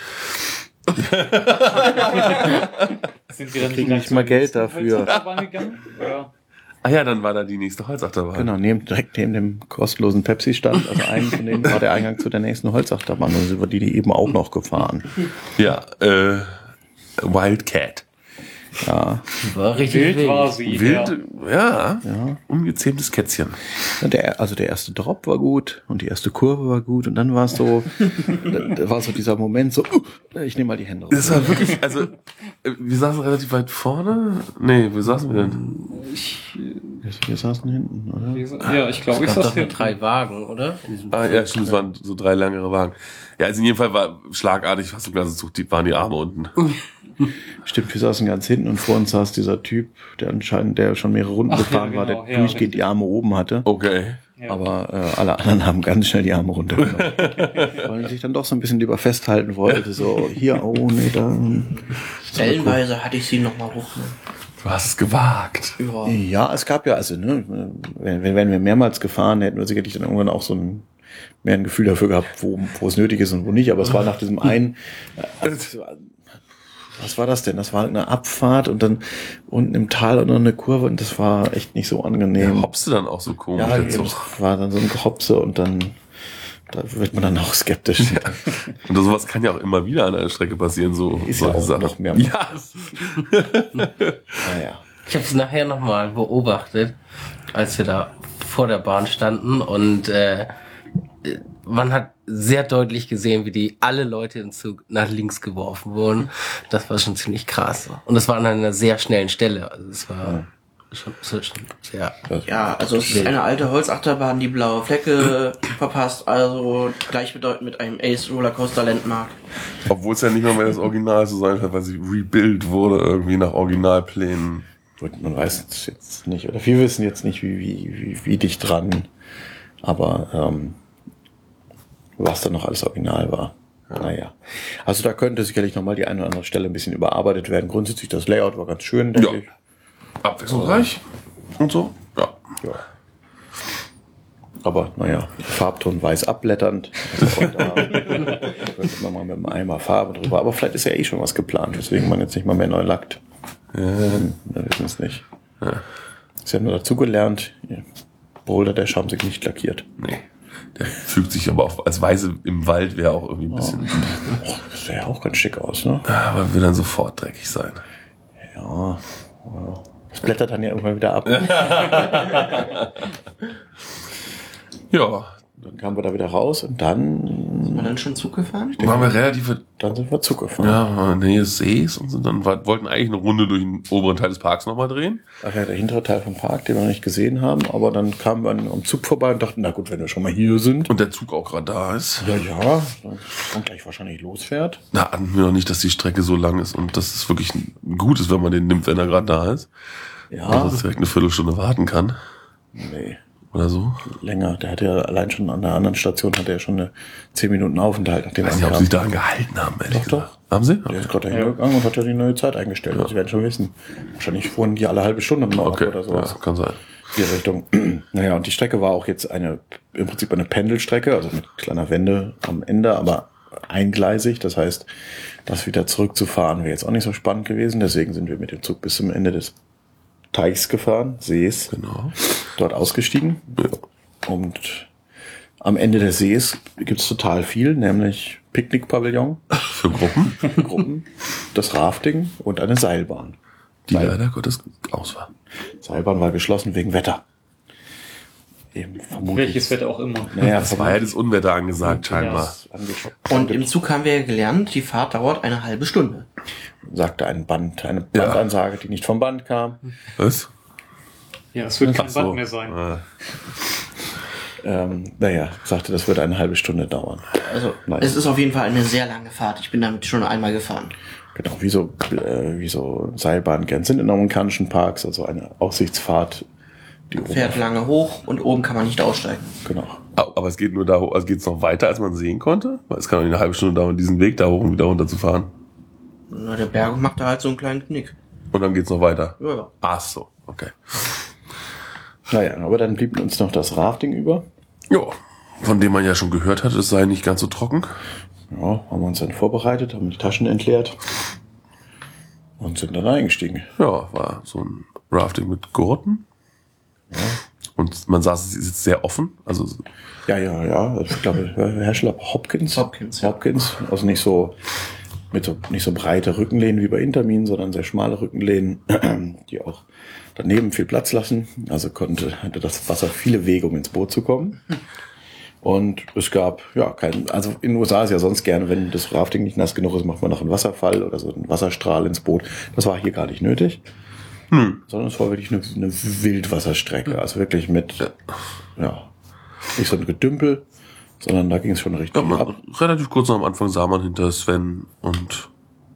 B: Sind wir dann
A: kriegen
B: gleich
A: nicht mal
B: zur
A: Geld
B: nächsten
A: dafür.
B: Holzachterbahn gegangen? Oder?
C: Ah ja, dann war da die nächste Holzachterbahn.
A: Genau, neben, direkt neben dem kostenlosen Pepsi-Stand. Also einen von denen war der Eingang zu der nächsten Holzachterbahn. Und sind wir die, die eben auch noch gefahren.
C: Ja, äh, Wildcat.
A: Ja,
D: War richtig
B: Wild
D: wild.
B: war sie.
C: Wild,
B: Ja.
C: ja,
A: ja.
C: ungezähmtes Kätzchen.
A: Der, also der erste Drop war gut und die erste Kurve war gut. Und dann war es so, da, da war so dieser Moment so, uh, ich nehme mal die Hände raus.
C: Das war wirklich, also, äh, wir saßen relativ weit vorne. Nee, wo saßen wir denn?
A: Wir saßen hinten, oder?
B: Wir sind- Ja, ich glaube, ich
D: Es
B: saß
D: gab doch nur
B: hinten.
D: drei Wagen, oder? In diesem
C: Ah, ja, stimmt, es waren so drei langere Wagen. Ja, also in jedem Fall war schlagartig fast im ganzen Zug, die waren die Arme unten.
A: Stimmt, wir saßen ganz hinten und vor uns saß dieser Typ, der anscheinend, der schon mehrere Runden
B: Ach, ja,
A: gefahren war,
B: genau,
A: der
B: ja,
A: durchgehend
B: richtig.
A: die Arme oben hatte.
C: Okay.
B: Ja.
A: Aber äh, alle anderen haben ganz schnell die Arme runtergenommen. Weil man sich dann doch so ein bisschen lieber festhalten wollte. So, hier, oh nee, da.
E: Stellenweise hatte ich sie noch mal hochnehmen.
C: Du hast es gewagt.
E: Ja.
A: Ja, es gab ja, also, ne, wenn, wenn wenn wir mehrmals gefahren, hätten wir sicherlich dann irgendwann auch so ein, mehr ein Gefühl dafür gehabt, wo, wo es nötig ist und wo nicht. Aber es war nach diesem einen, äh, also, was war das denn? Das war eine Abfahrt und dann unten im Tal und noch eine Kurve und das war echt nicht so angenehm.
C: Ja, hoppst du dann auch so komisch
A: Ja,
C: jetzt
A: eben,
C: so.
A: es war dann so ein Gehopse und dann, Da wird man dann auch skeptisch.
C: Ja. Und sowas kann ja auch immer wieder an einer Strecke passieren, so
A: Ist ja auch
C: Sachen.
A: noch mehr.
C: Ja.
A: Naja.
D: Ich habe es nachher nochmal beobachtet, als wir da vor der Bahn standen und äh, man hat sehr deutlich gesehen, wie die alle Leute im Zug nach links geworfen wurden. Das war schon ziemlich krass. Und das war an einer sehr schnellen Stelle. Also es war ja. schon, schon sehr...
E: Ja, also es ist eine alte Holzachterbahn, die blaue Flecke verpasst, also gleichbedeutend mit einem Ace Rollercoaster Landmark.
C: Obwohl es ja nicht mehr, mehr das Original so sein wird, weil sie rebuilt wurde irgendwie nach Originalplänen.
A: Gut, man weiß es jetzt nicht, oder wir wissen jetzt nicht, wie, wie, wie, wie dicht dran, aber ähm, was da noch alles original war. Ja. Naja. Also da könnte sicherlich nochmal die eine oder andere Stelle ein bisschen überarbeitet werden. Grundsätzlich das Layout war ganz schön, denke
C: Ja.
A: ich.
C: Abwechslungsreich und so. Ja.
A: Ja. Aber naja, Farbton weiß abblätternd. Also, da könnte man mal mit einem Eimer Farbe drüber. Aber vielleicht ist ja eh schon was geplant, weswegen man jetzt nicht mal mehr neu lackt.
C: Ja.
A: Hm, wir wissen es nicht.
C: Ja.
A: Sie haben nur dazugelernt, Boulder Dash haben sich nicht lackiert.
C: Nee. Der fügt sich aber auch als Weise im Wald wäre auch irgendwie ein bisschen.
A: Oh, das sähe ja auch ganz schick aus, ne?
C: Aber will dann sofort dreckig sein.
A: Ja. Das blättert dann ja irgendwann wieder ab.
C: Ja.
A: Dann kamen wir da wieder raus und dann,
E: Sind wir dann schon Zug gefahren?
C: Waren wir relativ
A: dann sind wir Zug gefahren.
C: ja, in der Nähe des Sees und sind dann wollten eigentlich eine Runde durch den oberen Teil des Parks nochmal drehen.
A: Ach ja, der hintere Teil vom Park, den wir noch nicht gesehen haben, aber dann kamen wir am Zug vorbei und dachten, na gut, wenn wir schon mal hier sind.
C: Und der Zug auch gerade da ist.
A: Ja, ja, dann gleich wahrscheinlich losfährt.
C: Da ahnen wir noch nicht, dass die Strecke so lang ist und dass es wirklich gut ist, wenn man den nimmt, wenn er gerade da ist.
A: Ja,
C: Und dass es direkt eine Viertelstunde warten kann.
A: nee,
C: Oder so.
A: länger. Der hatte ja allein schon an der anderen Station hatte er schon eine zehn Minuten Aufenthalt, nachdem
C: Ich weiß
A: er
C: nicht, ob sie
A: ankam.
C: sich daran gehalten haben, ehrlich
A: Doch,
C: gesagt. Haben sie?
A: Der ist gerade dahin gegangen und hat ja die neue Zeit eingestellt. Also, Sie werden schon wissen. Wahrscheinlich fuhren die alle halbe Stunde noch
C: Okay,
A: oder
C: ja,
A: sowas.
C: kann sein.
A: Die Richtung. Naja, und die Strecke war auch jetzt eine, im Prinzip eine Pendelstrecke, also mit kleiner Wende am Ende, aber eingleisig. Das heißt, das wieder zurückzufahren wäre jetzt auch nicht so spannend gewesen. Deswegen sind wir mit dem Zug bis zum Ende des Teichs gefahren, Sees,
C: Genau.
A: dort ausgestiegen.
C: Ja.
A: Und am Ende des Sees gibt's total viel, nämlich Picknickpavillon,
C: Für Gruppen,
A: Gruppen, das Rafting und eine Seilbahn.
C: die leider Gottes aus war.
A: Seilbahn war geschlossen wegen Wetter. Eben vermutlich.
B: Welches Wetter auch immer.
A: Naja,
C: Es war ja das Unwetter angesagt, scheinbar.
E: Und im Zug haben wir ja gelernt, die Fahrt dauert eine halbe Stunde.
A: sagte ein Band, eine
C: Ja.
A: Bandansage, die nicht vom Band kam.
C: Was?
B: Ja, es wird kein
C: Ach so.
B: Band mehr sein.
C: Ah.
A: Ähm, naja, sagte, das würde eine halbe Stunde dauern.
E: Also
A: Nein.
E: es ist auf jeden Fall eine sehr lange Fahrt. Ich bin damit schon einmal gefahren.
A: Genau, wie so, äh, wie so Seilbahnen gern sind in amerikanischen Parks, also eine Aussichtsfahrt, die oben,
E: Fährt lange hoch und oben kann man nicht aussteigen.
A: genau.
C: Aber es geht nur da hoch, also geht es noch weiter, als man sehen konnte? Weil es kann doch nicht eine halbe Stunde dauern, diesen Weg da hoch und wieder runter zu fahren.
E: Na, der Berg macht da halt so einen kleinen Knick.
C: Und dann geht's noch weiter.
E: Ja, ja.
C: Ach so, okay.
A: Naja, aber dann blieb uns noch das Rafting über.
C: Ja, von dem man ja schon gehört hat, es sei nicht ganz so trocken.
A: Ja, haben wir uns dann vorbereitet, haben die Taschen entleert und sind dann eingestiegen.
C: Ja, war so ein Rafting mit Gurten. Und man saß, es ist jetzt sehr offen. Also
A: Ja, ja, ja. Also ich glaube, Hersteller Hopkins.
E: Hopkins, ja.
A: Hopkins. Also nicht so mit so nicht so breite Rückenlehnen wie bei Intermin, sondern sehr schmale Rückenlehnen, die auch daneben viel Platz lassen. Also konnte hatte das Wasser viele Wege, um ins Boot zu kommen. Und es gab, ja, kein, also in den U S A ist ja sonst gerne, wenn das Rafting nicht nass genug ist, macht man noch einen Wasserfall oder so einen Wasserstrahl ins Boot. Das war hier gar nicht nötig.
C: Hm.
A: Sondern es war wirklich eine, eine Wildwasserstrecke. Also wirklich mit, ja, nicht so ein Gedümpel, sondern da ging es schon richtig
C: ja, man,
A: ab.
C: relativ kurz am Anfang sah man hinter Sven und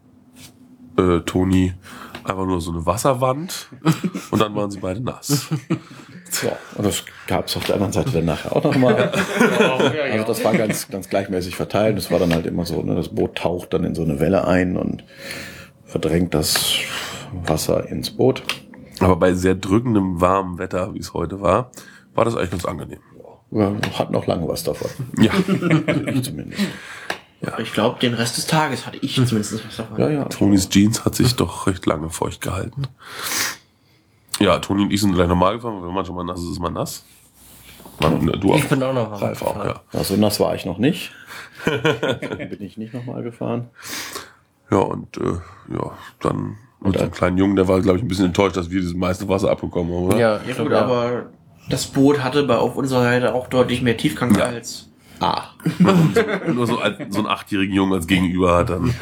C: äh, Toni einfach nur so eine Wasserwand und dann waren sie beide nass.
A: Ja, und das gab es auf der anderen Seite dann nachher auch nochmal. Also das war ganz, ganz gleichmäßig verteilt. Das war dann halt immer so, ne, das Boot taucht dann in so eine Welle ein und verdrängt das Wasser ins Boot.
C: Aber bei sehr drückendem, warmem Wetter, wie es heute war, war das eigentlich ganz angenehm.
A: Wir hatten noch lange was davon.
C: Ja.
A: Also ich zumindest.
E: Ich glaube, den Rest des Tages hatte ich zumindest was davon.
A: Ja, ja.
C: Tonis Jeans hat sich doch recht lange feucht gehalten. Ja, Toni und ich sind gleich normal gefahren, weil wenn man schon mal nass ist, ist man nass. Man, du auch.
D: Ich bin auch noch mal
C: Ralf auch,
D: gefahren.
C: ja.
A: Ja, so nass war ich noch nicht. Dann bin ich nicht nochmal gefahren.
C: Ja, und äh, ja, dann mit
A: Und
C: dem
A: dann-
C: kleinen Jungen, der war, glaube ich, ein bisschen enttäuscht, dass wir dieses meiste Wasser abbekommen haben, oder?
D: Ja,
E: Ja
D: ich
E: gut,
D: glaub, ja.
E: aber das Boot hatte bei auf unserer Seite auch deutlich mehr Tiefgang
C: Ja.
E: als.
A: Ah,
C: Nur so, als, so einen achtjährigen Jungen als Gegenüber hat dann.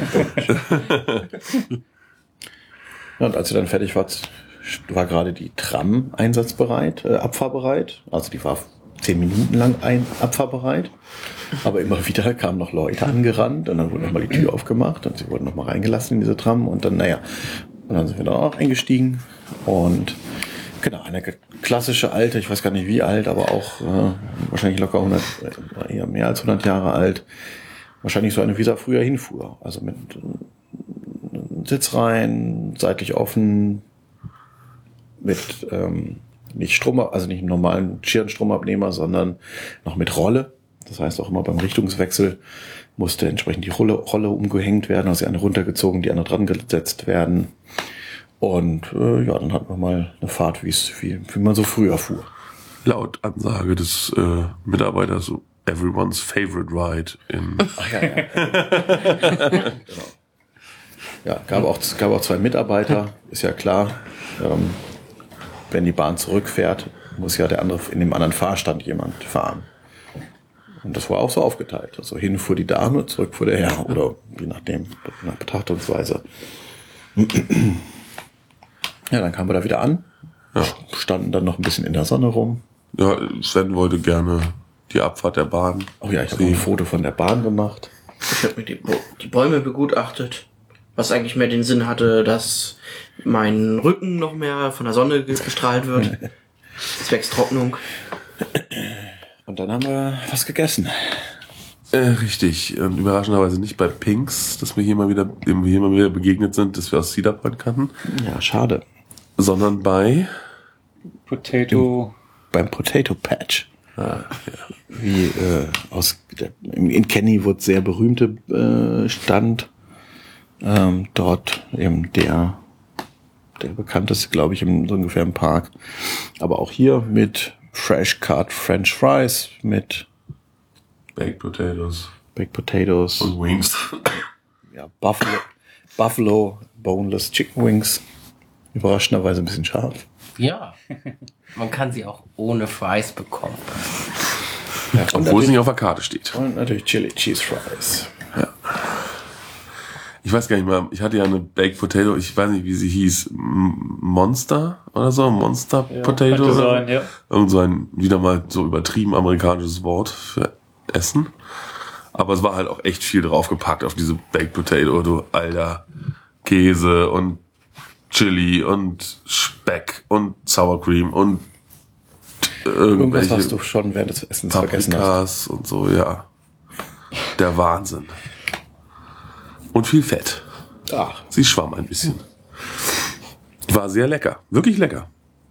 A: ja, und als sie dann fertig war, war gerade die Tram einsatzbereit, äh, abfahrbereit. Also die war zehn Minuten lang ein, abfahrbereit. Aber immer wieder kamen noch Leute angerannt und dann wurde nochmal die Tür aufgemacht und sie wurden nochmal reingelassen in diese Tram und dann, naja, und dann sind wir dann auch eingestiegen und genau, eine klassische alte, ich weiß gar nicht wie alt, aber auch äh, wahrscheinlich locker hundert, äh, eher mehr als hundert Jahre alt. Wahrscheinlich so eine, wie sie früher hinfuhr. Also mit äh, Sitzreihen, seitlich offen, mit ähm, nicht Strom, also nicht einem normalen Schirnstromabnehmer, sondern noch mit Rolle. Das heißt auch immer beim Richtungswechsel musste entsprechend die Rolle, Rolle umgehängt werden, also die eine runtergezogen, die andere dran gesetzt werden. Und äh, ja, dann hatten wir mal eine Fahrt, wie es wie, wie man so früher fuhr.
C: Laut Ansage des äh, Mitarbeiters so everyone's favorite ride in.
A: Ach ja, ja. Genau. Ja, gab auch, gab auch zwei Mitarbeiter, ist ja klar. Ähm, wenn die Bahn zurückfährt, muss ja der andere in dem anderen Fahrstand jemand fahren. Und das war auch so aufgeteilt. Also hin fuhr die Dame, zurück fuhr der Herr. Oder je nachdem, nach Betrachtungsweise. Ja, dann kamen wir da wieder an.
C: Ja.
A: Standen dann noch ein bisschen in der Sonne rum.
C: Ja, Sven wollte gerne die Abfahrt der Bahn.
A: Oh ja, ich habe ein Foto von der Bahn gemacht.
E: Ich habe mir die, Bo- die Bäume begutachtet, was eigentlich mehr den Sinn hatte, dass mein Rücken noch mehr von der Sonne ge- gestrahlt wird. Zwecks Trocknung.
A: Und dann haben wir was gegessen.
C: Äh, richtig. Und überraschenderweise nicht bei Pinks, dass wir hier mal wieder, dem wir hier mal wieder begegnet sind, dass wir aus Cedar Point kannten,
A: Ja, schade.
C: sondern bei
B: Potato.
A: Beim Potato Patch. Wie äh, aus in Kennywood sehr berühmte äh, Stand. Ähm, dort eben der der bekannteste, glaube ich, im, so ungefähr im Park. Aber auch hier mit Fresh Cut French Fries, mit
C: Baked Potatoes
A: Baked Potatoes,
C: und Wings.
A: ja, Buffalo, Buffalo Boneless Chicken Wings. Überraschenderweise ein bisschen scharf.
D: Ja. Man kann sie auch ohne Fries bekommen.
A: Ja, und,
C: Obwohl sie
A: natürlich,
C: nicht auf der Karte steht.
A: und natürlich Chili Cheese Fries.
C: Ich weiß gar nicht mehr, ich hatte ja eine Baked Potato, ich weiß nicht, wie sie hieß, M- Monster oder so, Monster Potato.
B: könnte
C: Oder
B: sein,
C: so.
B: ja.
C: Irgend so ein, wieder mal so übertrieben amerikanisches Wort für Essen. Aber es war halt auch echt viel draufgepackt auf diese Baked Potato, du alter Käse und Chili und Speck und Sour Cream und
A: Irgendwas,
C: irgendwelche
A: was du schon während des Essens vergessen hast.
C: Paprikas und so, ja. Der Wahnsinn. Und viel Fett.
A: Ach,
C: Sie schwamm ein bisschen. War sehr lecker. Wirklich lecker.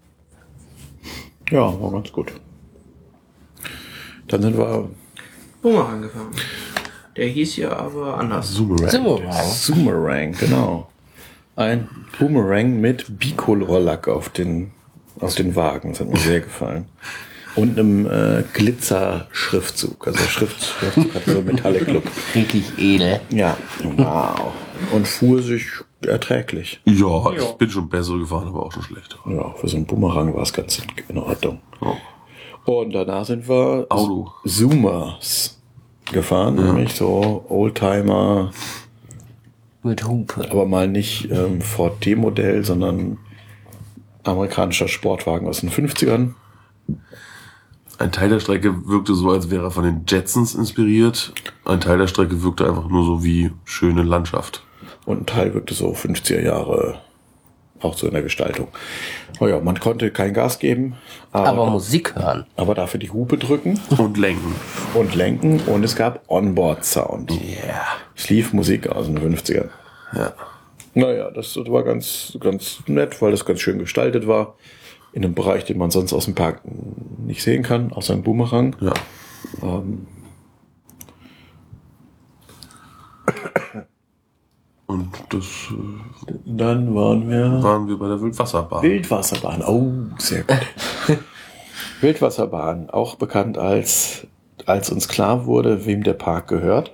A: ja, war ganz gut. Dann sind wir
E: Bumerang gefahren. Der hieß ja aber anders.
C: Zoomerang.
D: So,
A: Zoomerang, genau. Ein Boomerang mit Bicolor-Lack auf den, auf den Wagen. Das hat mir sehr gefallen. Und einem äh, Glitzer-Schriftzug. Also der Schrift, Schriftzug hat so einen Metallic-Look.
D: richtig edel.
A: Ja, wow. Und fuhr sich erträglich.
C: Ja,
B: Ja.
C: ich bin schon besser gefahren, aber auch schon schlechter.
A: Ja, für so einen Boomerang war es ganz in Ordnung.
C: Oh.
A: Und danach sind wir
C: Auto.
A: Zoomers gefahren, nämlich so Oldtimer,
D: Mit Hupe.
A: aber mal nicht ähm, Ford T-Modell, sondern amerikanischer Sportwagen aus den fünfzigern.
C: Ein Teil der Strecke wirkte so, als wäre er von den Jetsons inspiriert. Ein Teil der Strecke wirkte einfach nur so wie schöne Landschaft.
A: Und ein Teil wirkte so fünfziger Jahre, auch so in der Gestaltung. Oh ja, man konnte kein Gas geben, aber,
D: Aber Musik hören.
A: aber dafür die Hupe drücken
C: Und lenken.
A: und lenken. Und es gab Onboard-Sound.
C: Yeah.
A: Es lief Musik aus den fünfzigern.
C: Ja.
A: Naja, das war ganz, ganz nett, weil das ganz schön gestaltet war. In einem Bereich, den man sonst aus dem Park nicht sehen kann, außer einem Boomerang.
C: Ja.
A: Ähm,
C: Und das äh,
A: dann waren wir
C: waren wir bei der Wildwasserbahn.
A: Wildwasserbahn. Oh, sehr gut. Wildwasserbahn, auch bekannt als, als uns klar wurde, wem der Park gehört.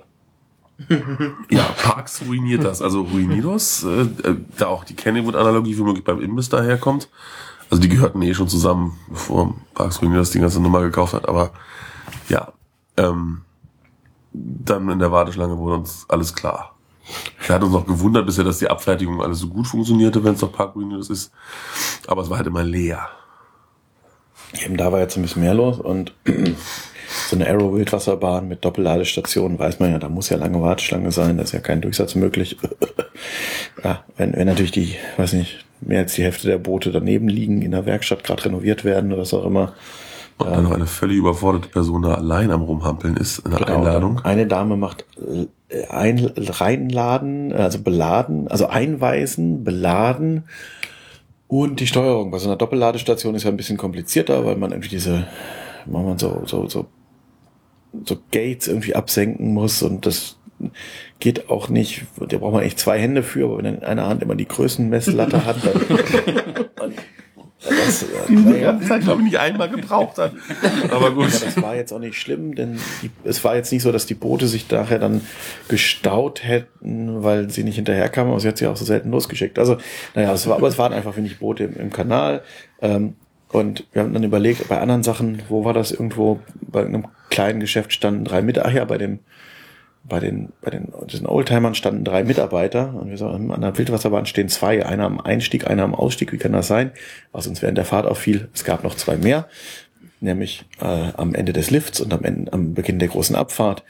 C: Ja, Parks ruiniert das. Also Ruinidos, äh, da auch die Kennywood-Analogie womöglich beim Imbiss daherkommt. Also die gehörten eh schon zusammen, bevor Parks Ruinidos die ganze Nummer gekauft hat. Aber ja, ähm, dann in der Warteschlange wurde uns alles klar. Wir hatten uns noch gewundert bisher, dass die Abfertigung alles so gut funktionierte, wenn es doch Park Ruinidos ist. Aber es war halt immer leer.
A: Eben da war jetzt ein bisschen mehr los und so eine Aero-Wildwasserbahn mit Doppelladestationen, weiß man ja, da muss ja lange Warteschlange sein, da ist ja kein Durchsatz möglich. Ja, wenn, wenn natürlich die, weiß nicht, mehr als die Hälfte der Boote daneben liegen, in der Werkstatt gerade renoviert werden oder was auch immer.
C: Und dann noch eine völlig überforderte Person da allein am Rumhampeln ist in der
A: Genau,
C: Einladung.
A: eine Dame macht äh, ein, reinladen, also beladen, also einweisen, beladen und die Steuerung. Bei so einer Doppelladestation ist ja ein bisschen komplizierter, weil man irgendwie diese, wenn man so, so, so, so Gates irgendwie absenken muss und das geht auch nicht, da braucht man echt zwei Hände für, aber wenn er in einer Hand immer die Größenmesslatte hat, dann, dann das,
C: Die die ganze Zeit, glaube ich, nicht einmal gebraucht hat. Aber gut.
A: Aber das war jetzt auch nicht schlimm, denn die, es war jetzt nicht so, dass die Boote sich nachher dann gestaut hätten, weil sie nicht hinterherkamen, aber sie hat sie auch so selten losgeschickt. Also, naja, es war, aber es waren einfach wenig Boote im, im Kanal. Ähm, und wir haben dann überlegt, bei anderen Sachen, wo war das irgendwo, bei einem kleinen Geschäft standen drei Mitarbeiter, ach ja, bei dem Bei den, bei den, diesen Oldtimern standen drei Mitarbeiter und wir sagen, an der Wildwasserbahn stehen zwei, einer am Einstieg, einer am Ausstieg, wie kann das sein? Was uns während der Fahrt auffiel, es gab noch zwei mehr, nämlich äh, am Ende des Lifts und am Ende, am Beginn der großen Abfahrt.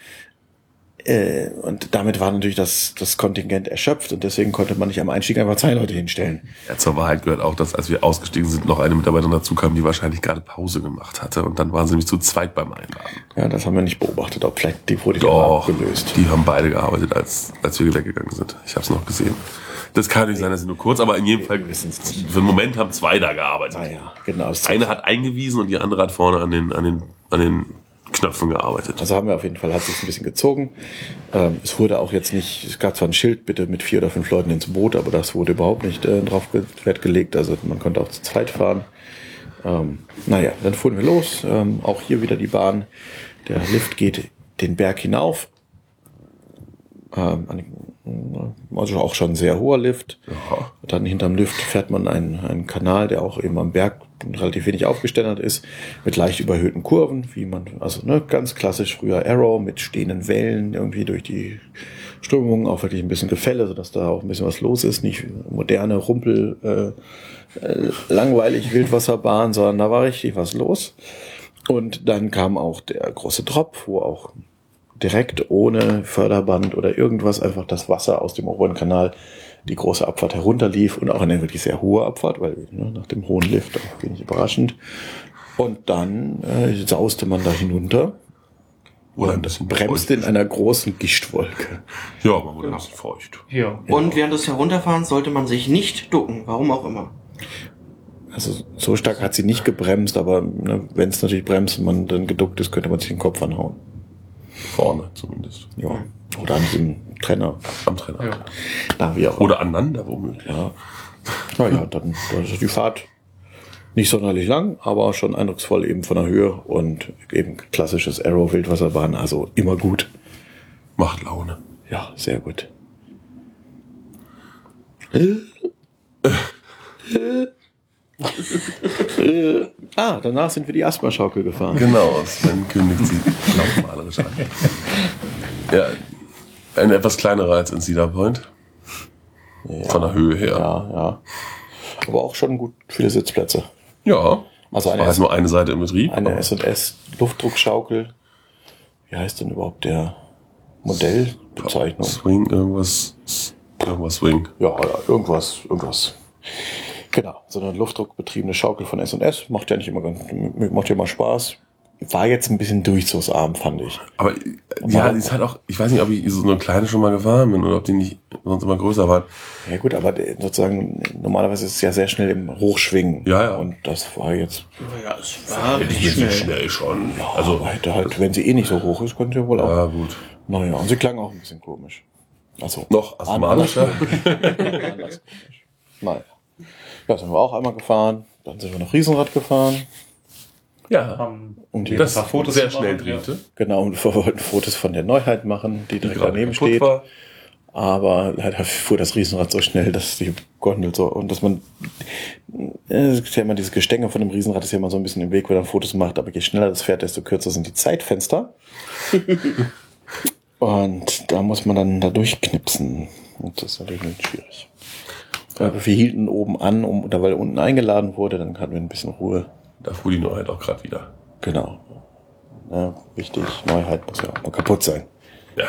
A: Äh, und damit war natürlich das, das Kontingent erschöpft und deswegen konnte man nicht am Einstieg einfach zwei Leute hinstellen.
C: Ja, zur Wahrheit gehört auch, dass als wir ausgestiegen sind, noch eine Mitarbeiterin dazu kam, die wahrscheinlich gerade Pause gemacht hatte. Und dann waren sie nämlich zu zweit beim Einladen.
A: Ja, das haben wir nicht beobachtet, ob vielleicht die wurde die
C: Doch,
A: abgelöst.
C: die haben beide gearbeitet, als, als wir weggegangen sind. Ich habe es noch gesehen. Das kann nicht sein, dass sie nur kurz, aber in jedem Fall, für einen Moment haben zwei da gearbeitet.
A: Naja, genau.
C: Eine hat eingewiesen und die andere hat vorne an den, an den, an den Knöpfen gearbeitet.
A: Also haben wir auf jeden Fall, hat sich ein bisschen gezogen. Ähm, es wurde auch jetzt nicht, es gab zwar ein Schild, bitte mit vier oder fünf Leuten ins Boot, aber das wurde überhaupt nicht äh, drauf Wert gelegt. Also man konnte auch zu zweit fahren. Ähm, naja, dann fuhren wir los. Ähm, auch hier wieder die Bahn. Der Lift geht den Berg hinauf. Ähm, also auch schon ein sehr hoher Lift.
C: Ja.
A: Dann hinterm Lift fährt man einen, einen Kanal, der auch eben am Berg relativ wenig aufgeständert ist, mit leicht überhöhten Kurven, wie man, also ne, ganz klassisch früher Arrow mit stehenden Wellen irgendwie durch die Strömungen, auch wirklich ein bisschen Gefälle, sodass da auch ein bisschen was los ist, nicht moderne Rumpel, äh, äh, langweilig Wildwasserbahn, sondern da war richtig was los. Und dann kam auch der große Drop, wo auch direkt ohne Förderband oder irgendwas einfach das Wasser aus dem oberen Kanal die große Abfahrt herunterlief und auch eine wirklich sehr hohe Abfahrt, weil ne, nach dem hohen Lift auch wenig überraschend. Und dann äh, sauste man da hinunter
C: Oder ein
A: und
C: bisschen
A: bremste in
C: feucht.
A: einer großen Gischtwolke.
C: Ja, man wurde ein bisschen feucht.
B: Ja.
E: Und während des Herunterfahrens sollte man sich nicht ducken, warum auch immer.
A: Also so stark hat sie nicht gebremst, aber ne, wenn es natürlich bremst und man dann geduckt ist, könnte man sich den Kopf anhauen.
C: Vorne zumindest.
A: Ja. Oder an diesem Trenner.
C: Am Trainer.
B: Ja.
A: Na, wie auch
C: Oder aneinander womöglich.
A: Ja. Naja, dann dann ist die Fahrt nicht sonderlich lang, aber schon eindrucksvoll eben von der Höhe und eben klassisches Arrow Wildwasserbahn, also immer gut.
C: Macht Laune.
A: Ja, sehr gut. ah, danach sind wir die Asthma-Schaukel gefahren.
C: Genau, Sven kündigt sie lautmalerisch an. Ja, ein etwas kleinerer als in Cedar Point.
A: Ja,
C: Von der Höhe her.
A: Ja, ja. Aber auch schon gut viele Sitzplätze.
C: Ja.
A: Also eine
C: war jetzt nur eine Seite im Betrieb.
A: Eine
C: aber-
A: S und S Luftdruckschaukel. Wie heißt denn überhaupt der Modellbezeichnung?
C: Swing, irgendwas, irgendwas Swing.
A: Ja, ja, irgendwas, irgendwas. Genau, so eine luftdruckbetriebene Schaukel von S und S macht ja nicht immer ganz, macht ja immer Spaß. War jetzt ein bisschen durchzugsarm, fand ich.
C: Aber ja, die ist halt auch, ich weiß nicht, ob ich so eine kleine schon mal gefahren bin oder ob die nicht sonst immer größer waren.
A: Ja gut, aber sozusagen normalerweise ist es ja sehr schnell im Hochschwingen.
C: Ja, ja.
A: Und das war jetzt,
E: Ja, es war
C: Nicht schnell. schnell schon.
A: also
C: Also,
A: hätte halt, wenn sie eh nicht so hoch ist, könnte sie wohl auch.
C: ja, gut.
A: Naja, und sie klang auch ein bisschen komisch. Also
C: Noch asthmatischer.
A: anders komisch. Naja. Ja, sind wir auch einmal gefahren. Dann sind wir noch Riesenrad gefahren.
C: Ja.
B: haben
A: Und
B: um
C: Das
B: ein paar Fotos
C: sehr
B: zu
C: schnell
B: machen, ja.
C: drehte.
A: Genau, und wir wollten Fotos von der Neuheit machen, die direkt
C: gerade
A: daneben
C: kaputt
A: steht.
C: war.
A: Aber leider fuhr das Riesenrad so schnell, dass die Gondel so, und dass man, es ist ja immer dieses Gestänge von dem Riesenrad ist ja immer so ein bisschen im Weg, wenn man Fotos macht, aber je schneller das fährt, desto kürzer sind die Zeitfenster. Und da muss man dann da durchknipsen. Und das ist natürlich schwierig. Aber wir hielten oben an, um, oder weil unten eingeladen wurde, dann hatten wir ein bisschen Ruhe.
C: Da fuhr die Neuheit auch gerade wieder.
A: Genau. Ja, wichtig, Neuheit muss ja auch mal kaputt sein.
C: Ja.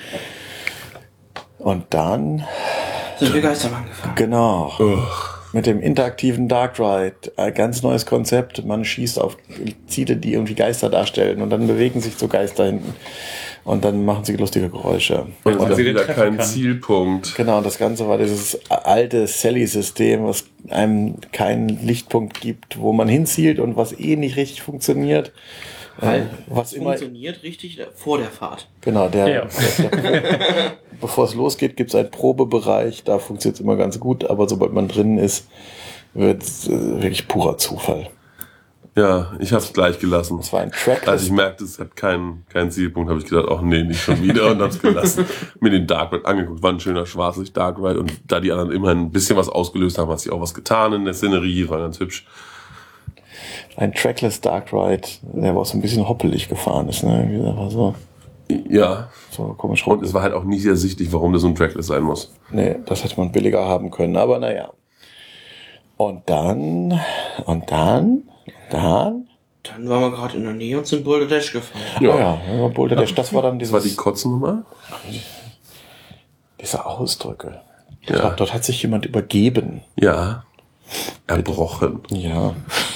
A: Und dann,
E: Sind wir Geisterbahn gefahren.
A: genau,
C: Ugh.
A: mit dem interaktiven Dark Ride, ein ganz neues Konzept. Man schießt auf Ziele, die irgendwie Geister darstellen, und dann bewegen sich so Geister hinten und dann machen sie lustige Geräusche.
C: Und
B: man
C: es
B: sie
C: ist wieder
B: treffen
C: kein
B: kann.
C: Zielpunkt.
A: Genau, und das Ganze war dieses alte Sally-System, was einem keinen Lichtpunkt gibt, wo man hinzielt und was eh nicht richtig funktioniert.
E: Weil
A: Äh, was
E: es
A: immer,
E: funktioniert richtig vor der Fahrt.
A: genau, der,
B: Ja.
A: der, der bevor es losgeht, gibt es einen Probebereich, da funktioniert es immer ganz gut, aber sobald man drin ist, wird es äh, wirklich purer Zufall.
C: Ja, ich habe es gleich gelassen.
A: Es war ein Track.
C: Als ich merkte, es hat keinen, keinen Zielpunkt, habe ich gedacht, ach nee, nicht schon wieder, und hab's gelassen. Mir den Dark Ride angeguckt, war ein schöner schwarzes Dark Ride, und da die anderen immerhin ein bisschen was ausgelöst haben, hat sich auch was getan in der Szenerie, war ganz hübsch.
A: Ein Trackless Dark Ride, der war auch so ein bisschen hoppelig gefahren ist, ne? Irgendwie, der war so,
C: Ja,
A: so komisch
C: und es war halt auch nicht ersichtlich, warum das so ein Trackless sein muss.
A: Nee, das hätte man billiger haben können, aber naja. Und dann, und dann, und dann,
E: Dann waren wir gerade in der Nähe und sind Boulder Dash gefahren.
A: ja, oh ja, ja Boulder Dash, das war dann
C: Das war die
A: dieses,
C: Kotzennummer?
A: diese Ausdrücke. Ich
C: Ja.
A: glaube, dort hat sich jemand übergeben.
C: Ja. Erbrochen.
A: Ja.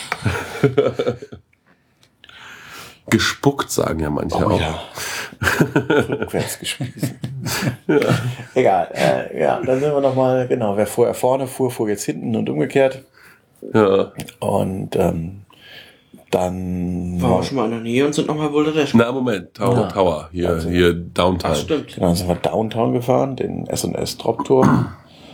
C: Gespuckt, sagen ja manche
A: Oh
C: auch.
A: ja. Rückwärts gespiesen. Egal, äh, ja, dann sind wir nochmal, genau, wer vorher vorne fuhr, fuhr jetzt hinten und umgekehrt.
C: Ja.
A: Und ähm, dann
E: Waren wir schon mal in der Nähe und sind nochmal Boulder Dash
C: Na, Moment, Tower,
A: Ja.
C: Tower, hier,
A: Also-
C: hier Downtown.
E: Ach, stimmt.
A: Genau, dann sind wir Downtown gefahren, den S und S Drop Tour.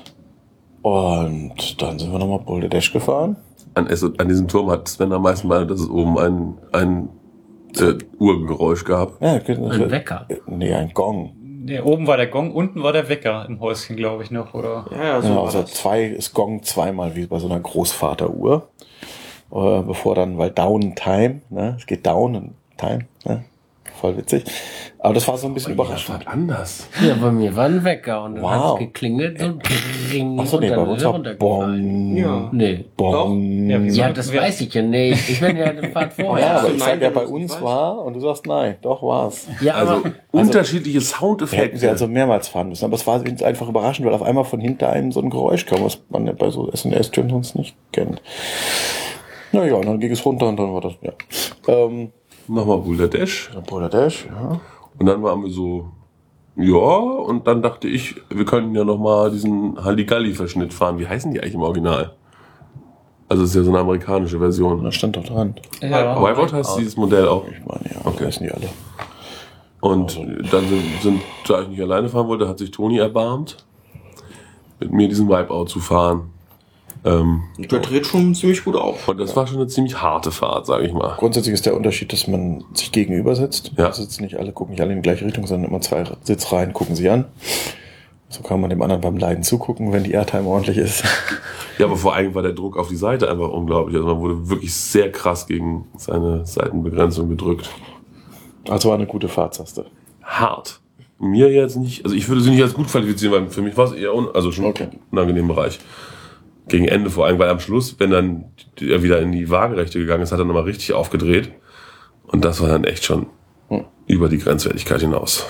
A: Und dann sind wir nochmal Boulder Dash gefahren.
C: An, es, an diesem Turm hat Sven am meisten mal, dass es oben ein, ein äh, Uhrgeräusch gab.
A: Ja,
D: Ein Wecker.
A: Nee, ein Gong.
B: Ja, oben war der Gong, unten war der Wecker im Häuschen, glaube ich noch, oder?
E: Ja, ja, so
A: Ja,
E: war
A: also
E: das.
A: zwei, es Gong zweimal wie bei so einer Großvateruhr. Äh, bevor dann, weil Downtime, ne, es geht down und Time, ne, voll witzig. Aber das war so ein bisschen überraschend.
C: anders.
D: Ja, bei mir war ein Wecker und dann
A: Wow.
D: hat es geklingelt und pring,
A: Achso,
D: und
A: nee,
D: dann
A: bei
D: ist
A: uns
D: er
A: war
D: runtergefallen.
A: Bong,
E: Ja.
D: Nee.
A: Bong.
B: Ja, wieso?
D: Ja, das
B: Wir-
D: weiß ich ja nicht. Ich bin ja eine Fahrt
A: Oh
D: vorher.
A: ja, aber
E: du
A: ich
E: nein,
A: sag ja,
E: wenn
A: bei
E: du es
A: uns
E: nicht weißt?
A: war, und du sagst nein, doch war's.
D: Ja,
C: Also,
D: aber
C: unterschiedliche
A: Wir hätten
C: Soundeffekte.
A: sie also mehrmals fahren müssen, aber es war einfach überraschend, weil auf einmal von hinter einem so ein Geräusch kam, was man ja bei so S und S-Türen sonst nicht kennt. Naja, und dann ging es runter und dann war das, ja. Ähm,
C: Nochmal Boulder Dash.
A: Boulder Dash, ja.
C: Und dann waren wir so, ja, und dann dachte ich, wir könnten ja nochmal diesen Halligalli-Verschnitt fahren. Wie heißen die eigentlich im Original? Also es ist ja so eine amerikanische Version.
A: Da stand doch dran.
B: Ja.
C: Wipeout heißt dieses Modell auch.
A: Ich meine, ja,
C: Okay.
A: okay. Wissen die alle.
C: Und dann sind, sind, da ich nicht alleine fahren wollte, hat sich Toni erbarmt, mit mir diesen Wipeout zu fahren. Ähm,
E: Der dreht schon ziemlich gut auf.
C: und das war schon eine ziemlich harte Fahrt, sage ich mal.
A: Grundsätzlich ist der Unterschied, dass man sich gegenüber sitzt.
C: Ja.
A: Da sitzen nicht alle, gucken nicht alle in die gleiche Richtung, sondern immer zwei Sitzreihen gucken sie an. So kann man dem anderen beim Leiden zugucken, wenn die Airtime ordentlich ist.
C: Ja, aber vor allem war der Druck auf die Seite einfach unglaublich. Also man wurde wirklich sehr krass gegen seine Seitenbegrenzung gedrückt.
A: Also war eine gute Fahrt, sagst du.
C: Hart. Mir jetzt nicht, also ich würde sie nicht als gut qualifizieren, weil für mich war es eher un, also schon
A: Okay.
C: ein unangenehmer Bereich. Gegen Ende vor allem, weil am Schluss, wenn dann er wieder in die Waagerechte gegangen ist, hat er nochmal richtig aufgedreht. Und das war dann echt schon
A: Hm.
C: über die Grenzwertigkeit hinaus.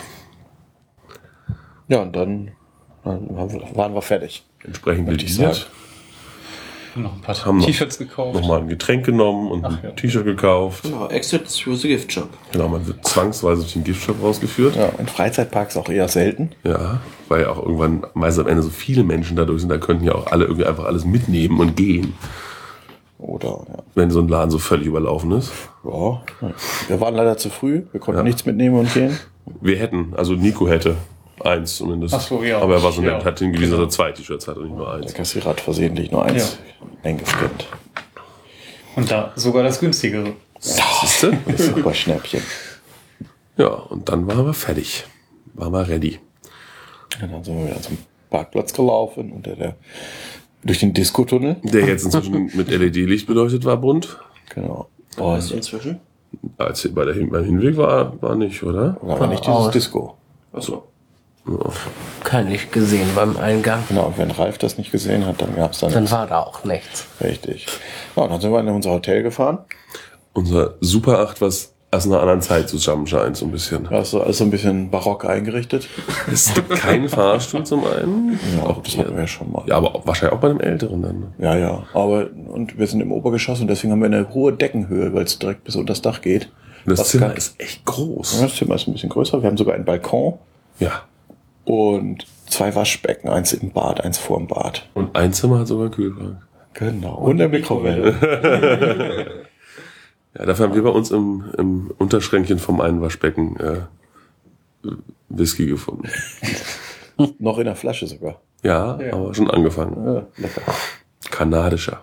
A: Ja, und dann dann waren wir fertig.
C: Entsprechend
A: Möchte ich
C: lediert.
A: sagen.
B: Noch ein paar
C: Haben noch-
B: T-Shirts gekauft.
C: Nochmal ein Getränk genommen und
B: Ach,
C: ein
B: ja.
C: T-Shirt gekauft.
E: Genau, Exit through the Gift Shop.
C: Genau, man wird zwangsweise durch den Giftshop rausgeführt.
A: Ja, in Freizeitparks auch eher selten.
C: Ja, weil ja auch irgendwann meist am Ende so viele Menschen dadurch sind, da könnten ja auch alle irgendwie einfach alles mitnehmen und gehen,
A: Oder, ja.
C: wenn so ein Laden so völlig überlaufen ist.
A: Ja. Wir waren leider zu früh. Wir konnten
C: Ja.
A: nichts mitnehmen und gehen.
C: Wir hätten, also Nico hätte eins zumindest.
B: Ach so, ja.
C: Aber er war so nett,
B: Ja.
C: hat hingewiesen,
B: Genau.
C: dass er zwei T-Shirts hat und nicht nur
A: Der
C: eins.
A: Kassierer hat versehentlich nur eins eingescannt.
B: Und da sogar das günstigere.
C: Siehste?
A: Super Schnäppchen.
C: Ja, und dann waren wir fertig. Waren wir ready.
A: Und dann sind wir wieder zum Parkplatz gelaufen und der, der durch den Diskotunnel.
C: Der jetzt inzwischen mit L E D-Licht beleuchtet war, bunt.
A: Genau.
E: Was ist
A: Und
E: inzwischen?
C: Als bei der, beim Hinweg war, war nicht, oder?
A: aber nicht dieses
D: aus.
A: Disco.
E: Achso.
D: Kein Licht gesehen beim Eingang.
A: Genau, und wenn Ralf das nicht gesehen hat, dann gab es dann,
D: Dann war da auch nichts.
A: richtig. Ja, und dann sind wir in unser Hotel gefahren.
C: Unser Super acht, was aus einer anderen Zeit zusammen scheint, so ein bisschen.
A: Da ist so alles so ein bisschen barock eingerichtet.
C: Es gibt keinen Fahrstuhl zum einen.
A: Ja,
C: Auch
A: das hatten wir ja schon mal.
C: Ja, aber auch, wahrscheinlich auch bei dem Älteren dann.
A: Ja, ja. Aber, und wir sind im Obergeschoss und deswegen haben wir eine hohe Deckenhöhe, weil es direkt bis unter das Dach geht.
C: Und das
A: Was
C: Zimmer
A: gar-
C: ist echt groß.
A: Das Zimmer ist ein bisschen größer. Wir haben sogar einen Balkon
C: Ja.
A: und zwei Waschbecken. Eins im Bad, eins vorm Bad.
C: Und ein Zimmer hat sogar einen Kühlschrank.
A: Genau. Und eine Mikrowelle.
C: Ja, dafür haben wir bei uns im, im Unterschränkchen vom einen Waschbecken äh, Whisky gefunden.
A: Noch in der Flasche sogar.
C: Ja,
B: Ja.
C: aber schon angefangen.
A: Ja, lecker.
C: Kanadischer.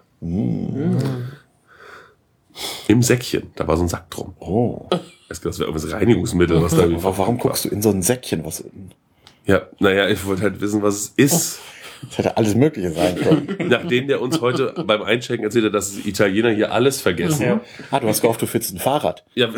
C: Im Säckchen, da war so ein Sack drum.
A: Oh.
C: Das wäre irgendwas Reinigungsmittel, was da
A: Aber warum guckst du in so ein Säckchen, was
C: Ja, naja, ich wollte halt wissen, was es ist.
A: das hätte alles Mögliche sein können.
C: Nachdem der uns heute beim Einchecken erzählt hat, dass die Italiener hier alles vergessen.
B: Ja.
A: Ah, du hast gehofft, du findest ein Fahrrad.
C: Ja,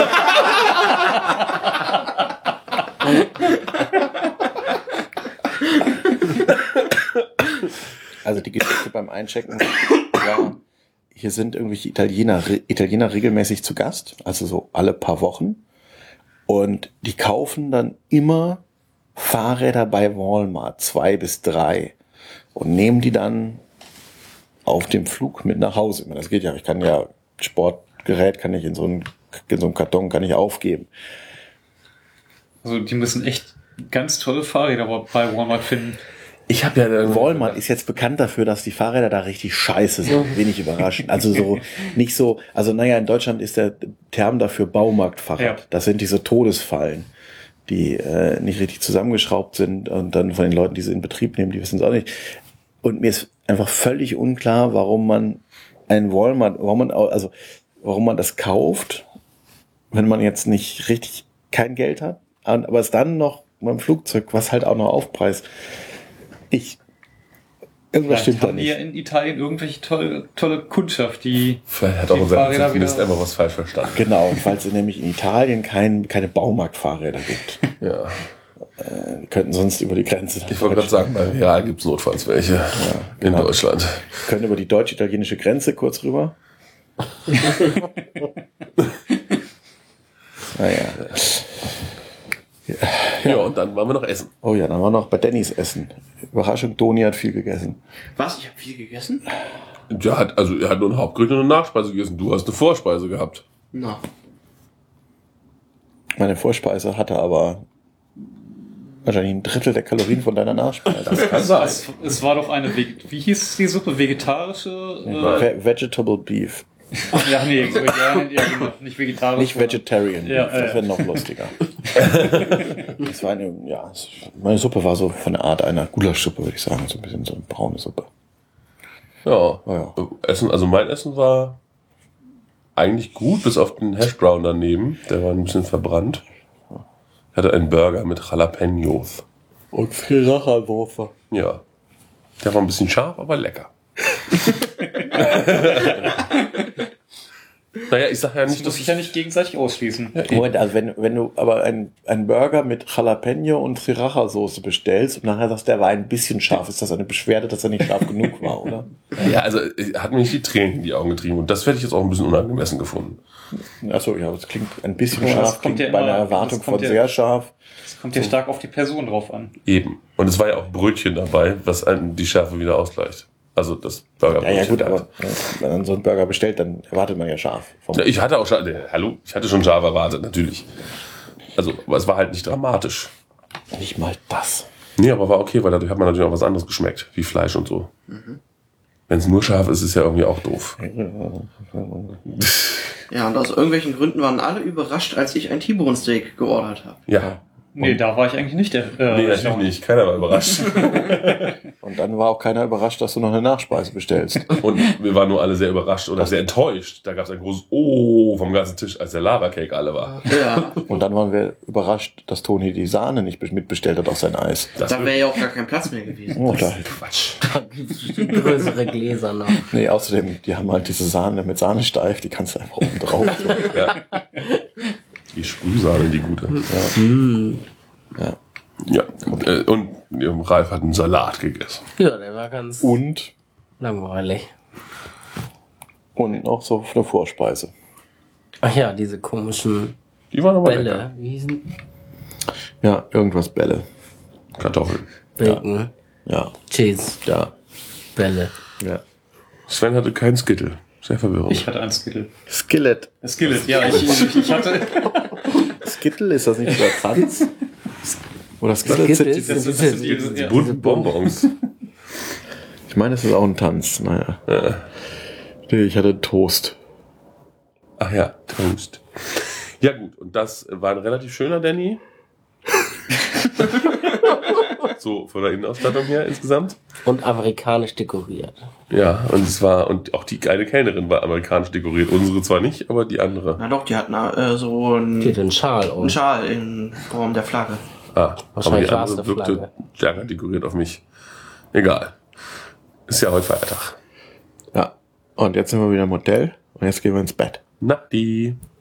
A: Also die Geschichte beim Einchecken war, hier sind irgendwelche Italiener, Italiener regelmäßig zu Gast, also so alle paar Wochen. Und die kaufen dann immer Fahrräder bei Walmart, zwei bis drei, und nehmen die dann auf dem Flug mit nach Hause. Ich meine, das geht ja, ich kann ja Sportgerät, kann ich in so einen, in so einen Karton, kann ich aufgeben.
B: Also die müssen echt ganz tolle Fahrräder bei Walmart finden.
C: ich habe ja dann
A: Walmart ist jetzt bekannt dafür, dass die Fahrräder da richtig scheiße sind. Wenig überraschend. Also so, nicht so, also naja, in Deutschland ist der Term dafür Baumarktfahrrad.
B: Ja.
A: Das sind diese Todesfallen, die äh, nicht richtig zusammengeschraubt sind und dann von den Leuten, die sie in Betrieb nehmen, die wissen es auch nicht. Und mir ist einfach völlig unklar, warum man ein Walmart, warum man, au- also, warum man das kauft, wenn man jetzt nicht richtig kein Geld hat, und- aber es dann noch beim Flugzeug, was halt auch noch aufpreist. Ich, irgendwas
B: Vielleicht
A: stimmt da
B: haben die ja
A: nicht.
B: in Italien irgendwelche tolle, tolle Kundschaft, die
C: Vielleicht hat auch
B: die
C: unser
B: Fahrräder
C: Protagonist
B: wieder-
C: einfach was falsch verstanden.
A: Genau, weil es nämlich in Italien kein, keine Baumarktfahrräder gibt.
C: Ja.
A: Die könnten sonst über die Grenze.
C: Ich wollte gerade sagen, bei Real gibt es notfalls welche in
A: genau.
C: Deutschland.
A: Können über die deutsch-italienische Grenze kurz rüber. Naja.
C: Ja, und dann waren wir noch essen.
A: Oh ja, dann waren wir noch bei Dannys essen. Überraschung, Toni hat viel gegessen.
E: Was? Ich habe viel gegessen?
C: Der hat, also er hat nur ein Hauptgericht und eine Nachspeise gegessen. Du hast eine Vorspeise gehabt.
E: Na.
A: Meine Vorspeise hatte aber wahrscheinlich ein Drittel der Kalorien von deiner Nachspeise.
C: Kann sein.
B: Es, es war doch eine, Veg- wie hieß die Suppe? Vegetarische? Äh,
A: Ve- Vegetable Beef.
B: ja, nee, so, ja, ja, genau, nicht vegetarisch.
A: Nicht Vegetarian.
B: Ja,
A: Beef. Das
B: ja.
A: wäre noch lustiger. Das war eine, ja, es- meine Suppe war so von der Art einer Gulaschsuppe, würde ich sagen. So ein bisschen so eine braune Suppe.
C: Ja.
A: ja.
C: Essen, also mein Essen war eigentlich gut, bis auf den Hashbrown daneben. Der war ein bisschen verbrannt. Ich hatte einen Burger mit Jalapenos.
A: Und viel Racherwurfer.
C: Ja. Der war ein bisschen scharf, aber lecker. Naja, ich sag ja
B: Das
C: nicht,
B: muss
C: dass
B: ich
C: ich
B: ja nicht gegenseitig ausschließen.
A: Moment, also wenn, wenn du aber einen, einen Burger mit Jalapeno und Sriracha-Soße bestellst und nachher sagst, der war ein bisschen scharf, ist das eine Beschwerde, dass er nicht scharf genug war, oder?
C: Ja, also er hat mir nicht die Tränen in die Augen getrieben. Und das hätte ich jetzt auch ein bisschen unangemessen gefunden.
A: Achso, ja, das klingt ein bisschen
B: Ja, das
A: scharf,
B: kommt
A: klingt
B: ja
A: bei einer
B: immer-
A: Erwartung
B: das kommt
A: von
B: ja-
A: sehr scharf.
B: Es kommt ja stark auf die Person drauf an.
C: Eben. Und es war ja auch Brötchen dabei, was einen die Schärfe wieder ausgleicht. Also das
A: Ja,
C: Burgerbrötchen.
A: ja, gut, aber äh, wenn man so einen Burger bestellt, dann erwartet man ja scharf. Vom
C: Ja, ich hatte auch scharf, äh, hallo, ich hatte schon scharf erwartet, natürlich. Also, aber es war halt nicht dramatisch.
A: nicht mal das.
C: Nee, aber war okay, weil dadurch hat man natürlich auch was anderes geschmeckt, wie Fleisch und so. Wenn es nur scharf ist, ist ja irgendwie auch doof.
E: Ja, und aus irgendwelchen Gründen waren alle überrascht, als ich ein T-Bone Steak geordert habe.
C: Ja,
B: Nee, da war ich eigentlich nicht der. Äh,
C: Nee, natürlich nicht. Keiner war überrascht.
A: Und dann war auch keiner überrascht, dass du noch eine Nachspeise bestellst.
C: Und wir waren nur alle sehr überrascht oder sehr enttäuscht. Da gab es ein großes Oh vom ganzen Tisch, als der Lava-Cake alle war.
E: Ja.
A: Und dann waren wir überrascht, dass Toni die Sahne nicht mitbestellt hat auf sein Eis.
C: Das
E: Da wäre ja auch gar kein Platz mehr gewesen.
A: Oh, da.
C: Quatsch.
D: Da gibt's bestimmt größere Gläser noch.
A: Nee, außerdem, die haben halt diese Sahne mit Sahne steif, die kannst du einfach oben drauf. So.
C: Ja. Die Sprühsahne, die gute.
A: Ja.
C: Ja. Äh, Und ja, Ralf hat einen Salat gegessen.
D: Ja, der war ganz
A: Und,
D: langweilig.
A: und auch so eine Vorspeise.
D: Ach ja, diese komischen
C: Die waren aber
D: Bälle.
C: lecker.
D: Wie hießen?
A: Ja, irgendwas Bälle.
C: Kartoffeln.
D: Bacon,
A: Ja,
D: Cheese,
A: ja,
D: Bälle.
A: ja.
C: Sven hatte keinen Skittle. Sehr verwirrend.
B: Ich hatte ein Skittle.
A: Skillet.
B: Skillet, ja, ich, ich, ich hatte.
A: Skittle, ist das nicht der Tanz? Oder Skillet?
D: Skittles?
B: Das, das, das, das,
C: Die
B: ja.
C: bunten Bonbons.
A: Ich meine, es ist auch ein Tanz. Naja. Nee, ich hatte Toast.
C: Ach ja, Toast. Ja gut, und das war ein relativ schöner Danny. So von der Innenausstattung her insgesamt.
D: Und amerikanisch dekoriert.
C: Ja, und es war, und auch die eine Kellnerin war amerikanisch dekoriert. Unsere zwar nicht, aber die andere.
E: Na doch, die hatten äh, so
D: Hier
E: einen,
D: den Schal
E: einen
D: um.
E: Schal in Form der Flagge.
C: Ah, aber
D: Wahrscheinlich
C: die
D: war es
C: andere
D: eine
C: wirkte
D: Flagge.
C: stärker dekoriert auf mich. Egal. Ist ja heute Feiertag.
A: Ja. Und jetzt sind wir wieder im Hotel und jetzt gehen wir ins Bett.
C: Natti.